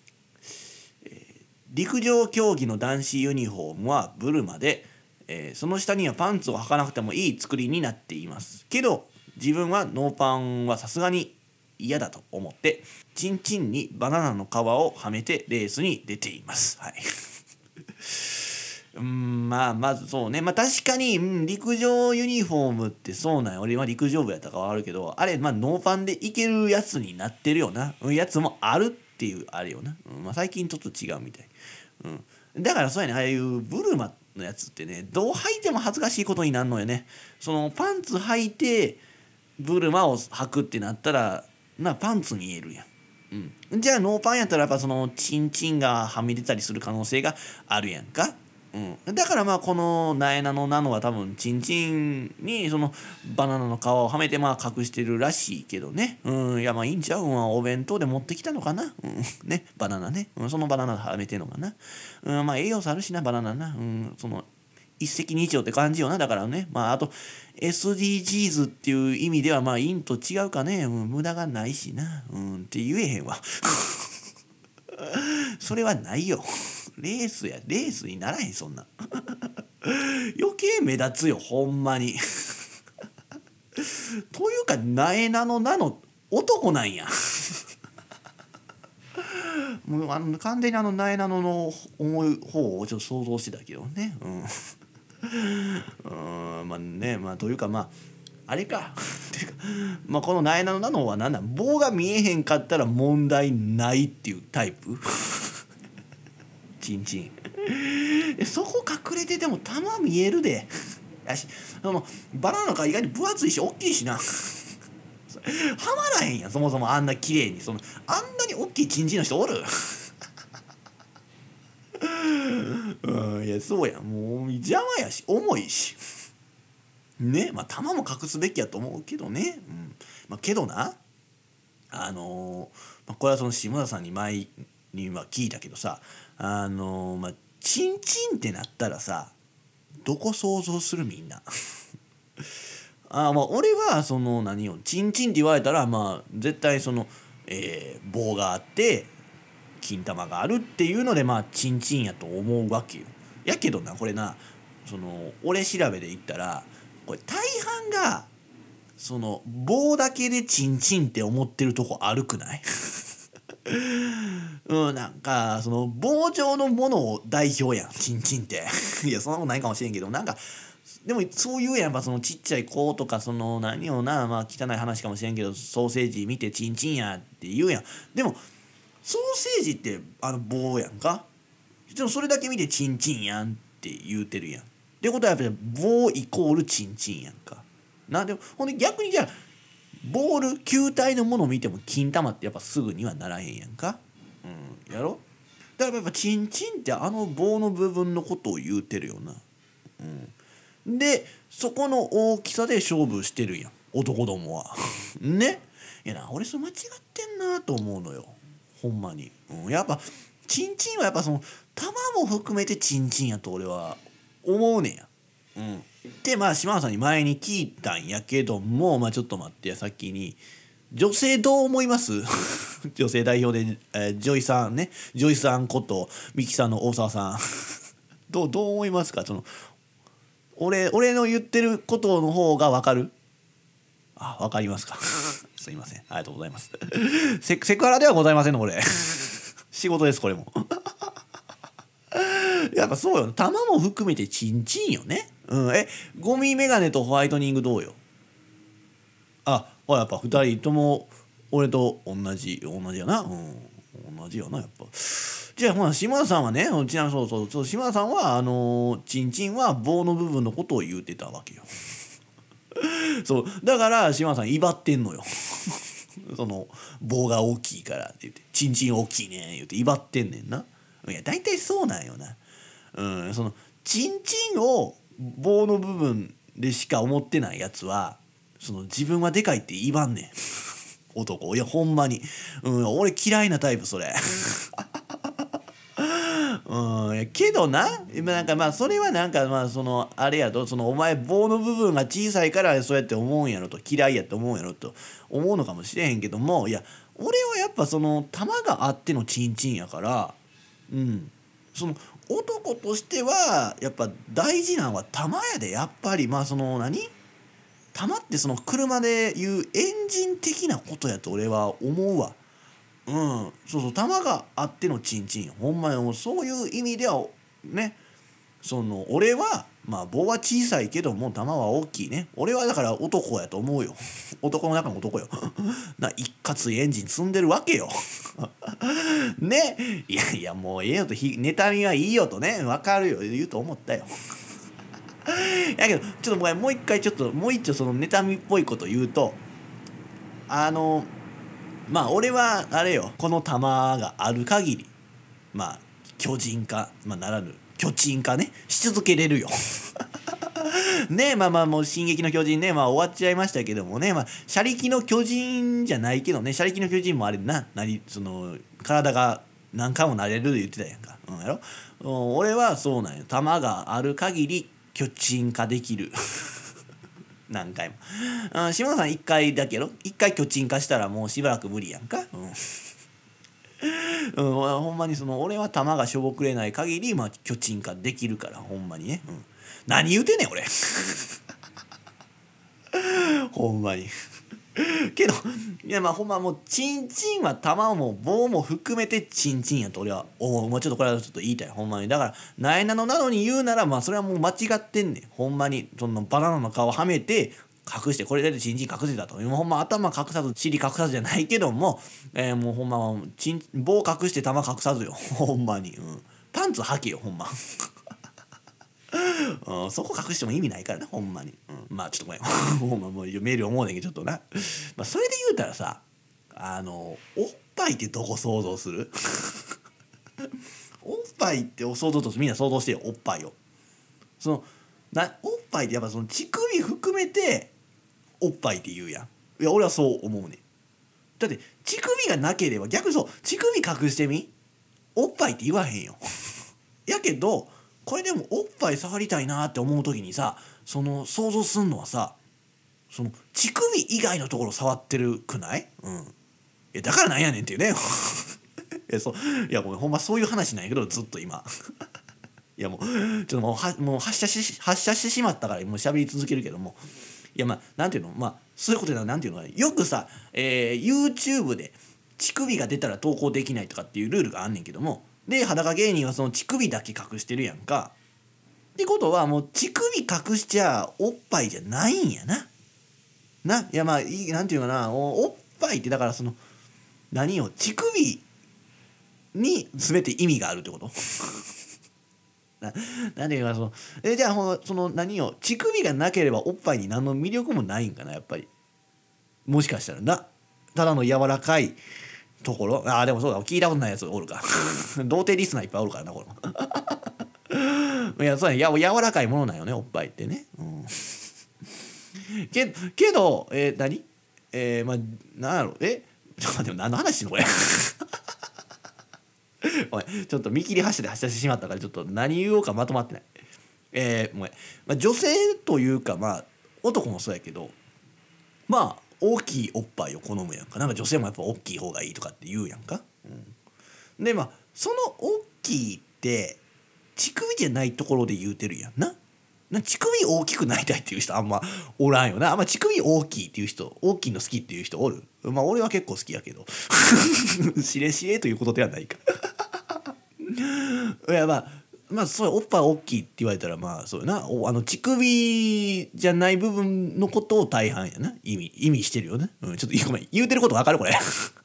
陸上競技の男子ユニフォームはブルマで、その下にはパンツを履かなくてもいい作りになっていますけど、自分はノーパンはさすがに嫌だと思ってチンチンにバナナの皮をはめてレースに出ています。はい。まずそうね、確かに、陸上ユニフォームってそうなんよ。俺は陸上部やったからわかるけど、あれノーパンでいけるやつになってるよな、やつもあるっていうあれよな。最近ちょっと違うみたい。だからそうやね、ああいうブルマのやつってね、どう履いても恥ずかしいことになるのよね。そのパンツ履いてブルマを履くってなったらパンツに見えるやん。じゃあノーパンやったらやっぱそのチンチンがはみ出たりする可能性があるやんか。だからこのなえなのなのは多分チンチンにそのバナナの皮をはめて隠してるらしいけどね。いやいいんちゃう、お弁当で持ってきたのかな。ね、バナナね、そのバナナはめてんのかな。栄養素あるしなバナナな。その一石二鳥って感じよな。だからね、あと SDGs っていう意味では陰と違うかね。無駄がないしな。って言えへんわ。それはないよ。レースにならへん、そんな。余計目立つよほんまに。というかなえなのなの男なんや。もう完全になえなのの思う方をちょっと想像してたけどね。というかあれか。ていうかこのなえなのなのは何だ、棒が見えへんかったら問題ないっていうタイプ。チンチン。そこ隠れてても玉見えるで。やし、そのバナナの皮意外に分厚いし大きいしな。はまらへんやん、そもそもあんな綺麗に。あんなに大きいチンチンの人おる。いやそうやん、もう邪魔やし重いしね。玉も隠すべきやと思うけどね。けどな、これはその下田さんに前には聞いたけどさ、チンチンってなったらさ、どこ想像するみんな。俺はその何よ、チンチンって言われたら絶対その、棒があって金玉があるっていうのでチンチンやと思うわけよ。やけどな、これな、その俺調べで言ったらこれ大半がその棒だけでチンチンって思ってるとこあるくない？なんかその棒状のものを代表やんチンチンって。いやそんなことないかもしれんけど、でもそういうやん。そのちっちゃい子とか、その何をな、汚い話かもしれんけど、ソーセージ見てチンチンやって言うやん。でもソーセージって棒やんか。でもそれだけ見てチンチンやんって言うてるやん。ってことはやっぱり棒イコールチンチンやんか。 なんでほんで逆にじゃあボール球体のものを見ても金玉ってやっぱすぐにはならへんやんか。やろ。だからやっぱチンチンってあの棒の部分のことを言うてるよな。でそこの大きさで勝負してるやん男どもは。ね。いやな俺それ間違ってんなと思うのよほんまに。やっぱチンチンはやっぱその玉も含めてチンチンやと俺は思うねんや。でまあ島田さんに前に聞いたんやけども、ちょっと待ってや先に女性どう思います？女性代表で、ジョイさんね、ジョイさんことミキさんの大沢さんどう思いますか？その俺の言ってることの方が分かる？分かりますか？すいません、ありがとうございます。セクハラではございませんのこれ。仕事ですこれも。やっぱそうよ、玉も含めてチンチンよね。ゴミメガネとホワイトニングどうよ？ほらやっぱ2人とも俺と同じやな。同じよなやっぱ。じゃあほら島田さんはね、ちなみにそう島田さんはチンチンは棒の部分のことを言うてたわけよ。そうだから島田さん威張ってんのよ。その棒が大きいからって言ってチンチン大きいねん言って威張ってんねんな。いや大体そうなんよな。そのチンチンを棒の部分でしか思ってないやつはその自分はでかいって言わんねん。男。いやほんまに、俺嫌いなタイプそれ。けどなんかそれはなんかそのあれやとそのお前棒の部分が小さいからそうやって思うんやろと嫌いやって思うんやろと思うのかもしれへんけども、いや俺はやっぱその玉があってのチンチンやから、その男としてはやっぱ大事なんは玉やで。やっぱりその玉ってその車でいうエンジン的なことやと俺は思うわ。そう玉があってのチンチンほんまにそういう意味ではね。その俺は棒は小さいけども玉は大きいね。俺はだから男やと思うよ。男の中の男よ。一括エンジン積んでるわけよ。ね。いやもうええよと妬みはいいよとね分かるよ言うと思ったよ。やけどちょっともう一回もう一丁その妬みっぽいこと言うと俺はあれよこの玉がある限り巨人化ならぬ巨人化ねし続けれるよ。ねもう「進撃の巨人ね」終わっちゃいましたけどもね車力の巨人じゃないけどね車力の巨人もあれその体が何回もなれる言ってたやんか。やろ。俺はそうなんよ。玉がある限り巨人化できる。何回も。島田さん1回だけど1回巨人化したらもうしばらく無理やんか。ほんまにその俺は玉がしょぼくれない限り巨人化できるからほんまにね。何言うてんねん俺。ほんまに。けどいやほんまもうチンチンは玉も棒も含めてチンチンやと俺は思う。もうちょっとこれはちょっと言いたいほんまに。だからなえなのなのに言うならそれはもう間違ってんねんほんまに。そのバナナの皮はめて隠してこれでチンチン隠してたと。ほんま頭隠さず尻隠さずじゃないけども、もうほんま棒隠して玉隠さずよ。ほんまに、パンツ履けよほんま。そこ隠しても意味ないからなほんまに。ちょっとごめん。ほんまもうメール思うねんけどちょっとな。それで言うたらさおっぱいってどこ想像する？おっぱいって想像とみんな想像してよおっぱいを。おっぱいってやっぱその乳首含めておっぱいって言うやん。いや俺はそう思うねん。だって乳首がなければ逆に乳首隠してみおっぱいって言わへんよ。やけどこれでもおっぱい触りたいなって思う時にさその想像すんのはさその乳首以外のところ触ってるくない？いやだからなんやねんっていうね。いやごめんほんまそういう話なんやけどずっと今。いやもうちょっともう発射してしまったからもう喋り続けるけども、いやなんていうのそういうことでなんていうのよくさ、YouTube で乳首が出たら投稿できないとかっていうルールがあんねんけども、で裸芸人はその乳首だけ隠してるやんか。ってことはもう乳首隠しちゃおっぱいじゃないんやな。いやなんていうかなおっぱいってだからその乳首に全て意味があるってこと。 なんでかじゃあその何よ、乳首がなければおっぱいに何の魅力もないんかな、やっぱり。もしかしたらな、ただの柔らかいところ。でもそうだ、聞いたことないやつおるか。童貞リスナーいっぱいおるからな、これ。いや、そうや、柔らかいものなんよね、おっぱいってね。けど、何まあ、なんやろ、ちょっと待って、何の話してんのこれ。おい、ちょっと見切り発車で発車してしまったから、ちょっと何言おうかまとまってない。もう、女性というか、男もそうやけど、大きいおっぱいを好むやんか。なんか女性もやっぱ大きい方がいいとかって言うやんか。でその大きいって乳首じゃないところで言うてるやんな。乳首大きくなりたいっていう人あんまおらんよな。あんま乳首大きいっていう人、大きいの好きっていう人おる。俺は結構好きやけど。しれしれということではないか。いやそうおっぱい大きいって言われたらそうやな、乳首じゃない部分のことを大半やな、意味してるよね。ちょっとごめん、言うてることわかるこれ。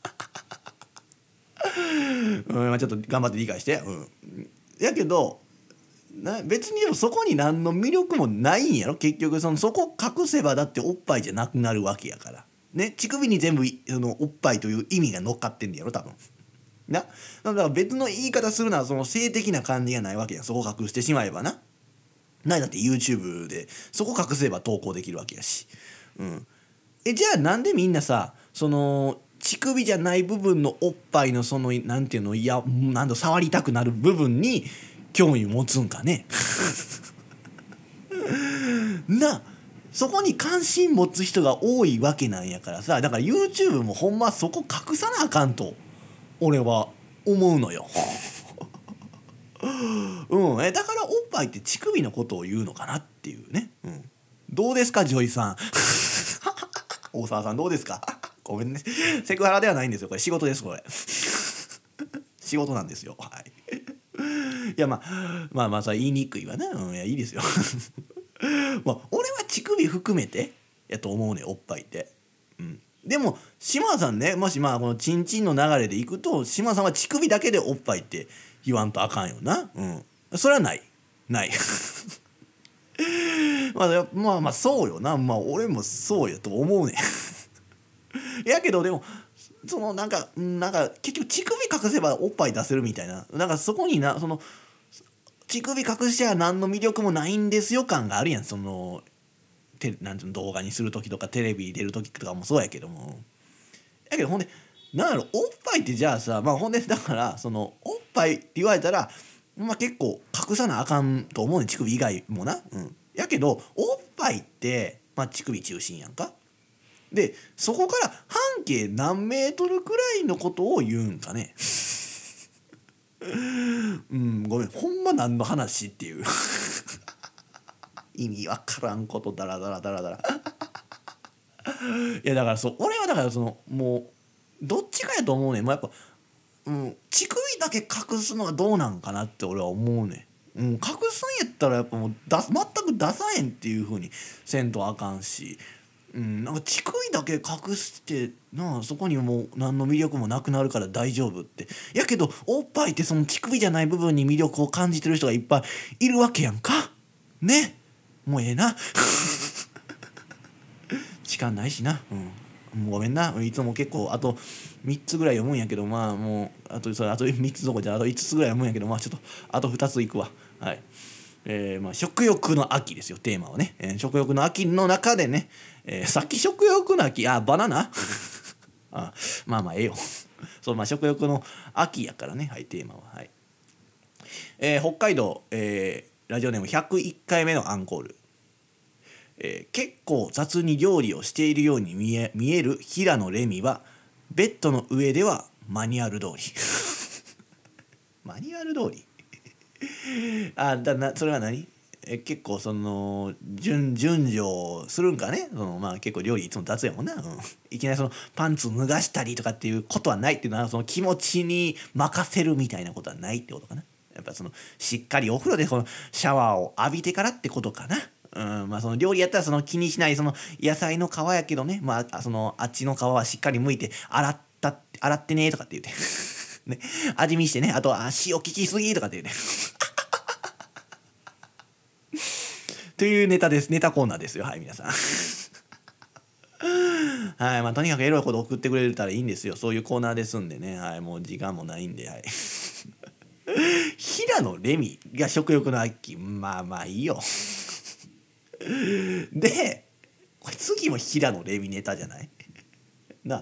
ちょっと頑張って理解して。やけど別にでもそこに何の魅力もないんやろ結局。そこ隠せばだっておっぱいじゃなくなるわけやからね。乳首に全部おっぱいという意味が乗っかってんねやろ多分な。だから別の言い方するのはその性的な感じがないわけやん、そこ隠してしまえばな。だって YouTube でそこ隠せば投稿できるわけやし。じゃあなんでみんなさ、乳首じゃない部分のおっぱいのなんていうの、触りたくなる部分に興味持つんかね。そこに関心持つ人が多いわけなんやからさ。だから YouTube もほんまそこ隠さなあかんと俺は思うのよ。だからおっぱいって乳首のことを言うのかなっていうね。どうですかジョイさん。大沢さんどうですか。ごめんね、セクハラではないんですよ、これ仕事です、これ。仕事なんですよ。はい。いやそれ言いにくいわな。いやいいですよ。俺は乳首含めてやと思うね、おっぱいって。でも島田さんね、もしこのチンチンの流れでいくと、島田さんは乳首だけでおっぱいって言わんとあかんよな。それはないそうよな。俺もそうやと思うね。やけどでもなんか結局乳首隠せばおっぱい出せるみたいな、そこに乳首隠しちゃ何の魅力もないんですよ感があるやん。なんていうの、動画にする時とかテレビ出る時とかもそうやけども。やけどほんでなんやろ、おっぱいってじゃあさ、ほんでだからおっぱいって言われたら結構隠さなあかんと思うね、乳首以外もな。やけどおっぱいって乳首中心やんか。でそこから半径何メートルくらいのことを言うんかね。ごめん、ほんま何の話っていう。意味わからんことダラダラダラダラ。いやだから俺はだからもうどっちかやと思うねん。やっぱ乳首だけ隠すのはどうなんかなって俺は思うねん。隠すんやったらやっぱもう全く出さへんっていう風にせんとあかんし。なんか乳首だけ隠してそこにもう何の魅力もなくなるから大丈夫って。やけどおっぱいってその乳首じゃない部分に魅力を感じてる人がいっぱいいるわけやんかね。もうええな。時間ないしな。もうごめんな、いつも結構あと3つぐらい読むんやけど、もうあと3つどころじゃあと5つぐらい読むんやけど、ちょっとあと2ついくわ。はい。食欲の秋ですよ、テーマはね。食欲の秋の中でね、さっき食欲の秋、バナナ。ええよ。食欲の秋やからね。はい、テーマは。はい。北海道、ラジオネーム101回目のアンコール。結構雑に料理をしているように見える平野レミはベッドの上ではマニュアル通り。マニュアル通り。それは何？結構順序するんかね。結構料理いつも雑やもんな。いきなりパンツ脱がしたりとかっていうことはないっていうのは、気持ちに任せるみたいなことはないってことかな。やっぱしっかりお風呂でシャワーを浴びてからってことかな。料理やったら気にしない野菜の皮やけどね、あっちの皮はしっかり剥いて洗ってねとかって言ってね、味見してね、あと塩効きすぎとかって言うね。 というネタです。ネタコーナーですよ。はい、皆さん。はい、まあとにかくエロいこと送ってくれたらいいんですよ。そういうコーナーですんでね。はい、もう時間もないんで、はい。平野レミが食欲の秋、まあまあいいよ。で、これ次も平野レミネタじゃないな。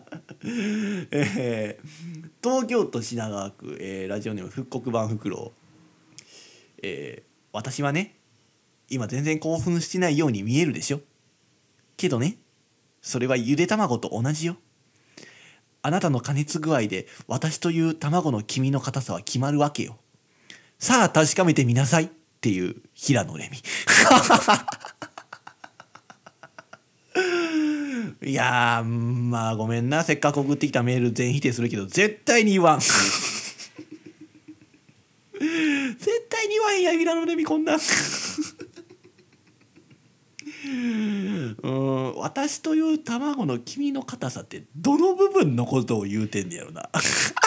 東京都品川区、ラジオネーム復刻版フクロウ、私はね、今全然興奮してないように見えるでしょ。けどね、それはゆで卵と同じよ。あなたの加熱具合で私という卵の黄身の硬さは決まるわけよ。さあ確かめてみなさいっていう平野レミ。いやまあごめんな、せっかく送ってきたメール全否定するけど絶対に言わん。絶対に言わへんや平野レミこんな。私という卵の黄身の硬さってどの部分のことを言うてんねやろな。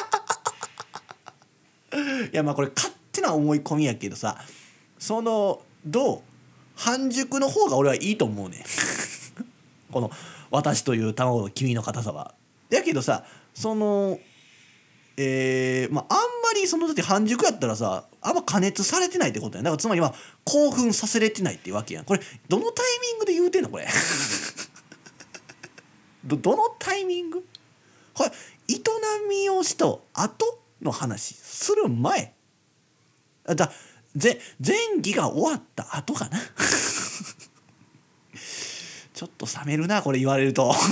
いやまあこれ勝手な思い込みやけどさ、その半熟の方が俺はいいと思うね。この私という卵の黄身の硬さは。だけどさ、そのまああんまりだって半熟やったらさ、あんま加熱されてないってことやん。だからつまりは興奮させれてないってわけやん。これどのタイミングで言うてんのこれ。どのタイミングこれ営みをしと後の話する前前期が終わった後かな。ちょっと冷めるなこれ言われると。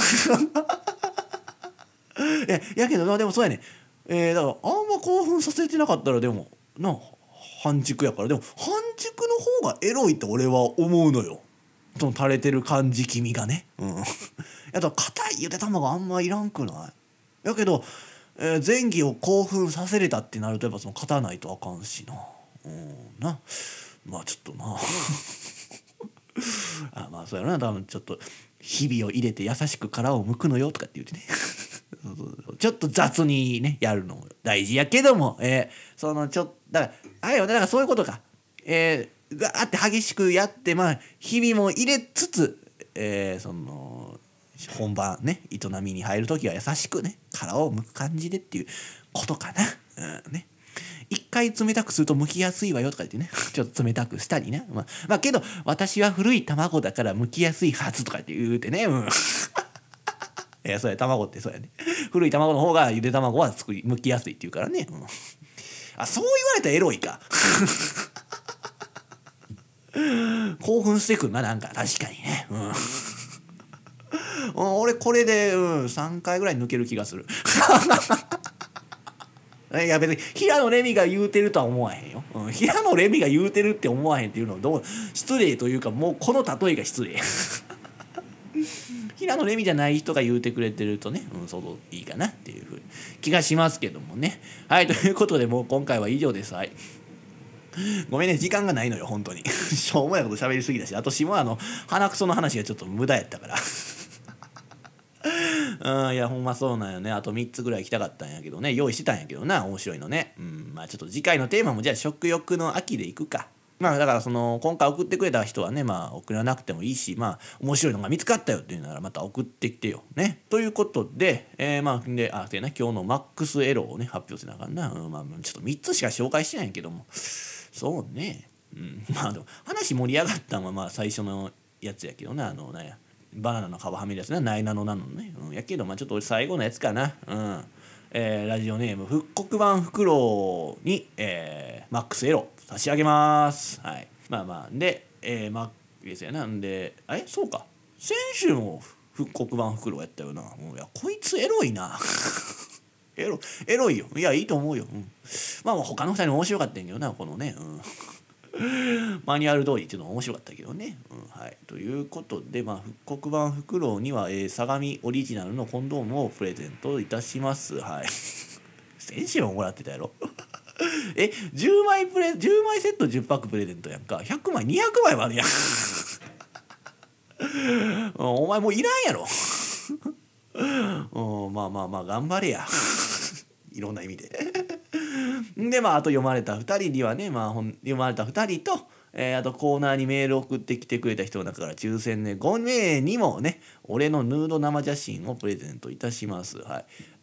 やけどでもそうやね、だからあんま興奮させてなかったらでも半熟やから、でも半熟の方がエロいと俺は思うのよ。その垂れてる感じ君がね。やだ硬いゆで卵あんまいらんくない。やけど、前期を興奮させれたってなるとやっぱ勝たないとあかんしな。まあちょっとな。まあそうやな、多分ちょっとひびを入れて優しく殻を剥くのよとかって言ってね。ちょっと雑にねやるのも大事やけども、だからあれよね、だからそういうことか。ガーって激しくやってひびも入れつつ、本番ね営みに入る時は優しくね殻を剥く感じでっていうことかな。ね。一回冷たくすると剥きやすいわよとか言ってね、ちょっと冷たくしたりね。まあけど私は古い卵だから剥きやすいはずとかって言うてね。そうや、卵ってそうやね。古い卵の方がゆで卵は剥きやすいって言うからね。そう言われたらエロいか。興奮してくんな、なんか確かにね。俺これで、3回ぐらい抜ける気がする。いや別に平野レミが言うてるとは思わへんよ。平野レミが言うてるって思わへんっていうのは失礼というか、もうこの例えが失礼。平野レミじゃない人が言うてくれてるとね、そういいかなっていうふうに気がしますけどもね。はい、ということでもう今回は以上です。はい。ごめんね、時間がないのよ本当に。しょうもないこと喋りすぎだし、あと鼻くその話がちょっと無駄やったから。いやほんまそうなんよね。あと3つぐらい来たかったんやけどね、用意してたんやけどな、面白いのね。まあちょっと次回のテーマもじゃあ食欲の秋でいくか。だから今回送ってくれた人はね、送らなくてもいいし、面白いのが見つかったよっていうならまた送ってきてよね。ということで、で今日のマックスエロをね発表せなあかんな。ちょっと3つしか紹介してないんやけども、そうね。でも話盛り上がったのは最初のやつやけどな、なんやバナナの皮はみ出すな、ナイナのなのね。やけどちょっと俺最後のやつかな。ラジオネーム復刻版フクロウに、マックスエロ差し上げます。はい。で、マックスやなんで、そうか。先週も復刻版フクロウやったよな。いやこいつエロいな。エロいよ。いやいいと思うよ。他の2人も面白かったんやけどな、このね。マニュアル通りっていうのは面白かったけどね。はい、ということで、復刻版フクロウには、相模オリジナルのコンドームをプレゼントいたします。はい。先週ももらってたやろ。10枚セット10パックプレゼントやんか。100枚200枚までやん。お前もういらんやろ。頑張れや。いろんな意味で。であと読まれた2人にはね、読まれた2人と、 あとコーナーにメール送ってきてくれた人の中から抽選で5名にもね俺のヌード生写真をプレゼントいたします。はい。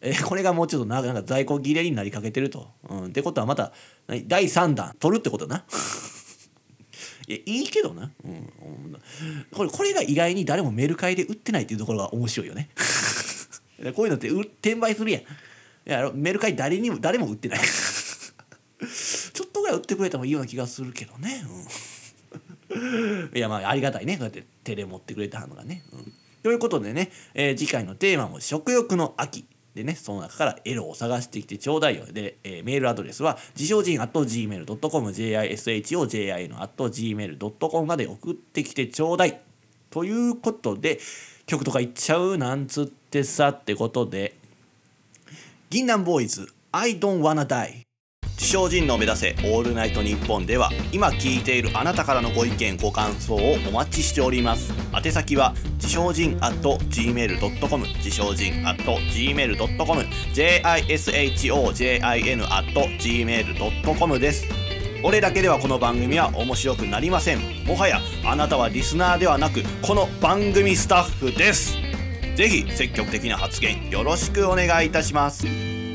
これがもうちょっとなんか在庫切れになりかけてると。ってことはまた第3弾取るってことな。いやいいけどな、これが意外に誰もメルカリで売ってないっていうところが面白いよね。こういうのって転売するやん。いやメルカリ誰も売ってない。ちょっとぐらい売ってくれてもいいような気がするけどね。いやまあありがたいね、こうやって手で持ってくれたのがね。ということでね、次回のテーマも食欲の秋でね、その中からエロを探してきてちょうだいよ。で、メールアドレスは自称人 @gmail.com jishojin@gmail.com まで送ってきてちょうだいということで、曲とかいっちゃうなんつってさってことで、銀杏ボーイズ I don't wanna die。 自称人の目指せオールナイトニッポンでは今聞いているあなたからのご意見ご感想をお待ちしております。宛先は自称人 @gmail.com 自称人 @gmail.com jishojin@gmail.com です。俺だけではこの番組は面白くなりません。もはやあなたはリスナーではなくこの番組スタッフです。ぜひ積極的な発言よろしくお願いいたします。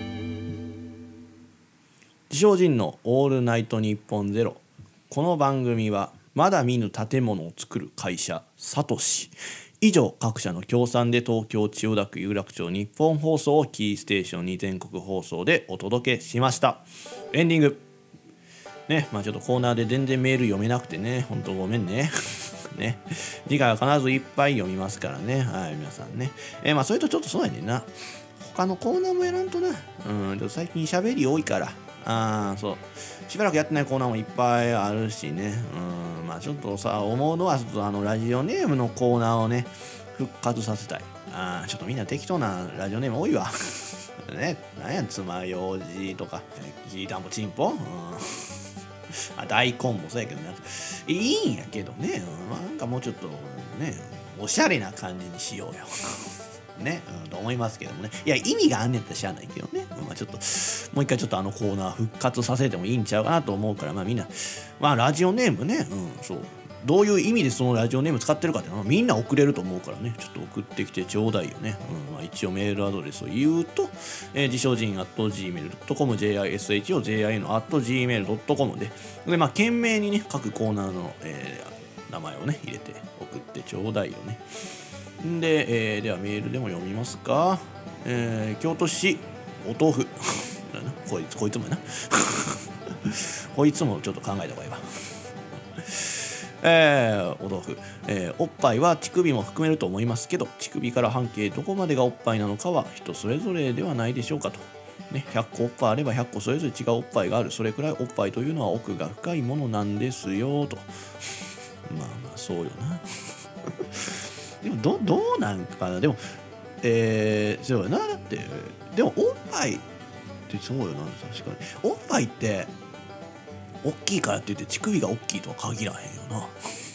自称人のオールナイトニッポンゼロ。この番組はまだ見ぬ建物を作る会社サトシ以上各社の協賛で東京千代田区有楽町日本放送をキーステーションに全国放送でお届けしました。エンディングね、ちょっとコーナーで全然メール読めなくてね、本当ごめんね。ね、次回は必ずいっぱい読みますからね。はい、皆さんね。それとちょっとそうやねんな。他のコーナーもやらんとな。ちょっと最近喋り多いから。そう。しばらくやってないコーナーもいっぱいあるしね。ちょっとさ、思うのは、ちょっとラジオネームのコーナーをね、復活させたい。ちょっとみんな適当なラジオネーム多いわ。ね、なんや、つまようじとか、きりたんぽちんぽ。大根もそうやけどね、いいんやけどね、なんかもうちょっとねおしゃれな感じにしようよ。ね、と思いますけどもね。いや意味があんねんってしゃあないけどね、ちょっともう一回ちょっとコーナー復活させてもいいんちゃうかなと思うから、みんなラジオネームね、そうどういう意味でそのラジオネーム使ってるかっていうのはみんな送れると思うからね、ちょっと送ってきてちょうだいよね。一応メールアドレスを言うと、自称人 @gmail.com jishojin@gmail.com で、懸命にね各コーナーの、名前をね入れて送ってちょうだいよね。で、ではメールでも読みますか。京都市お豆腐こいつもやな。こいつもちょっと考えた方がいいわ。お豆腐、おっぱいは乳首も含めると思いますけど、乳首から半径どこまでがおっぱいなのかは人それぞれではないでしょうかと、ね、100個おっぱいあれば100個それぞれ違うおっぱいがある。それくらいおっぱいというのは奥が深いものなんですよと。そうよな。でもどうなんかな。でもそうよな。だってでもおっぱいってそうよな。確かにおっぱいって大きいからって言って乳首が大きいとは限らへんよな。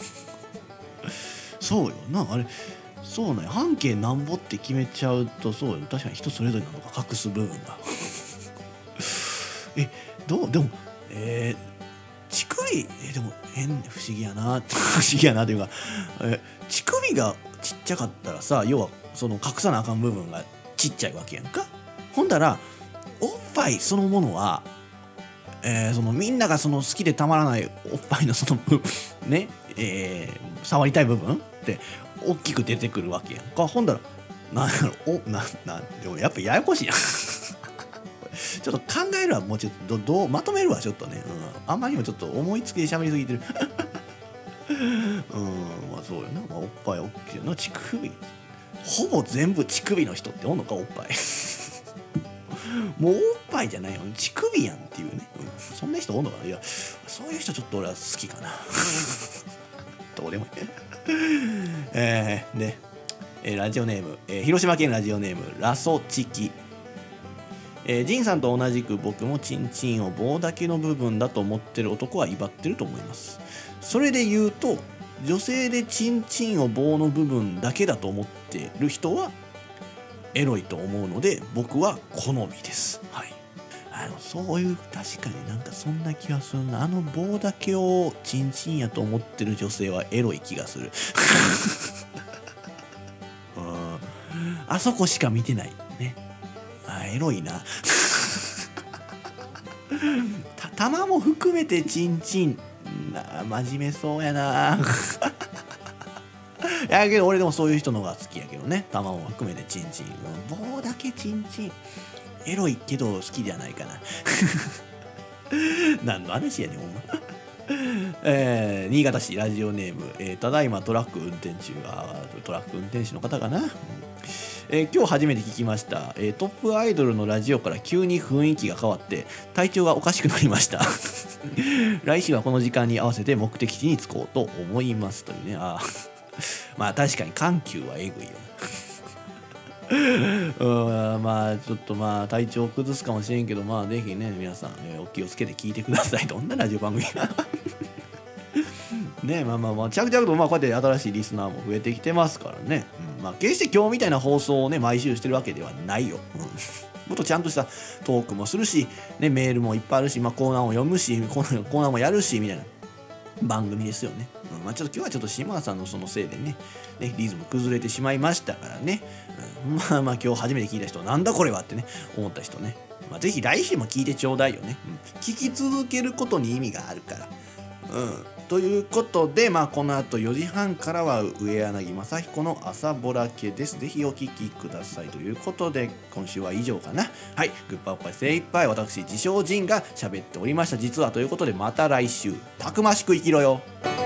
そうよな。あれそうなんや。半径なんぼって決めちゃうとそうよ。確かに人それぞれなのか、隠す部分が。でも乳首でも不思議やな不思議やなというか、乳首がちっちゃかったらさ、要はその隠さなあかん部分がちっちゃいわけやんか。ほんだらおっぱいそのものはそのみんながその好きでたまらないおっぱいのその部分ね、触りたい部分って大きく出てくるわけやんか。ほんだらでもやっぱややこしいやん。ちょっと考えるわ。もうちょっとどうまとめるわちょっとね、あんまりにもちょっと思いつきで喋りすぎてる。そうよな。おっぱい大きいよな。乳首ほぼ全部乳首の人っておんのか、おっぱい。もうおっぱいじゃないよ、乳首やんっていうね、そんな人おんのかな。いやそういう人ちょっと俺は好きかな。どうでもいい。で、ラジオネーム、広島県ラジオネームラソチキ。ジンさんと同じく僕もチンチンを棒だけの部分だと思ってる男は威張ってると思います。それで言うと女性でチンチンを棒の部分だけだと思ってる人はエロいと思うので僕は好みです。はい。 そういう確かになんかそんな気がするな。あの棒だけをチンチンやと思ってる女性はエロい気がする。うん、あそこしか見てないね。エロいな。玉も含めてチンチン真面目そうやな。やけど俺でもそういう人の方が好きやけどね。玉も含めてチンチン、棒だけチンチンエロいけど好きじゃないかな。何の話やねんほんま。新潟市ラジオネーム、ただいまトラック運転中、トラック運転手の方かな。今日初めて聞きました、トップアイドルのラジオから急に雰囲気が変わって体調がおかしくなりました。来週はこの時間に合わせて目的地に着こうと思いますというね。まあ確かに緩急はえぐいよな。まあちょっとまあ体調を崩すかもしれんけど、まあぜひね皆さん、お気をつけて聞いてください。どんなラジオ番組ね。まあ着々とまあこうやって新しいリスナーも増えてきてますからね。まあ決して今日みたいな放送をね毎週してるわけではないよ。もっとちゃんとしたトークもするし、ね、メールもいっぱいあるし、まあ、コーナーも読むしコーナーもやるしみたいな番組ですよね。まあちょっと今日はちょっと島田さんのそのせいでねリズム崩れてしまいましたからね。まあ今日初めて聞いた人なんだこれはってね思った人ね、まあ、ぜひ来週も聞いてちょうだいよね。聞き続けることに意味があるから。ということで、まあ、この後4時半からは上柳正彦の朝ぼらけです。ぜひお聞きくださいということで今週は以上かな。はい、グッバイおっぱい精一杯私自称人が喋っておりました。実はということでまた来週たくましく生きろよ。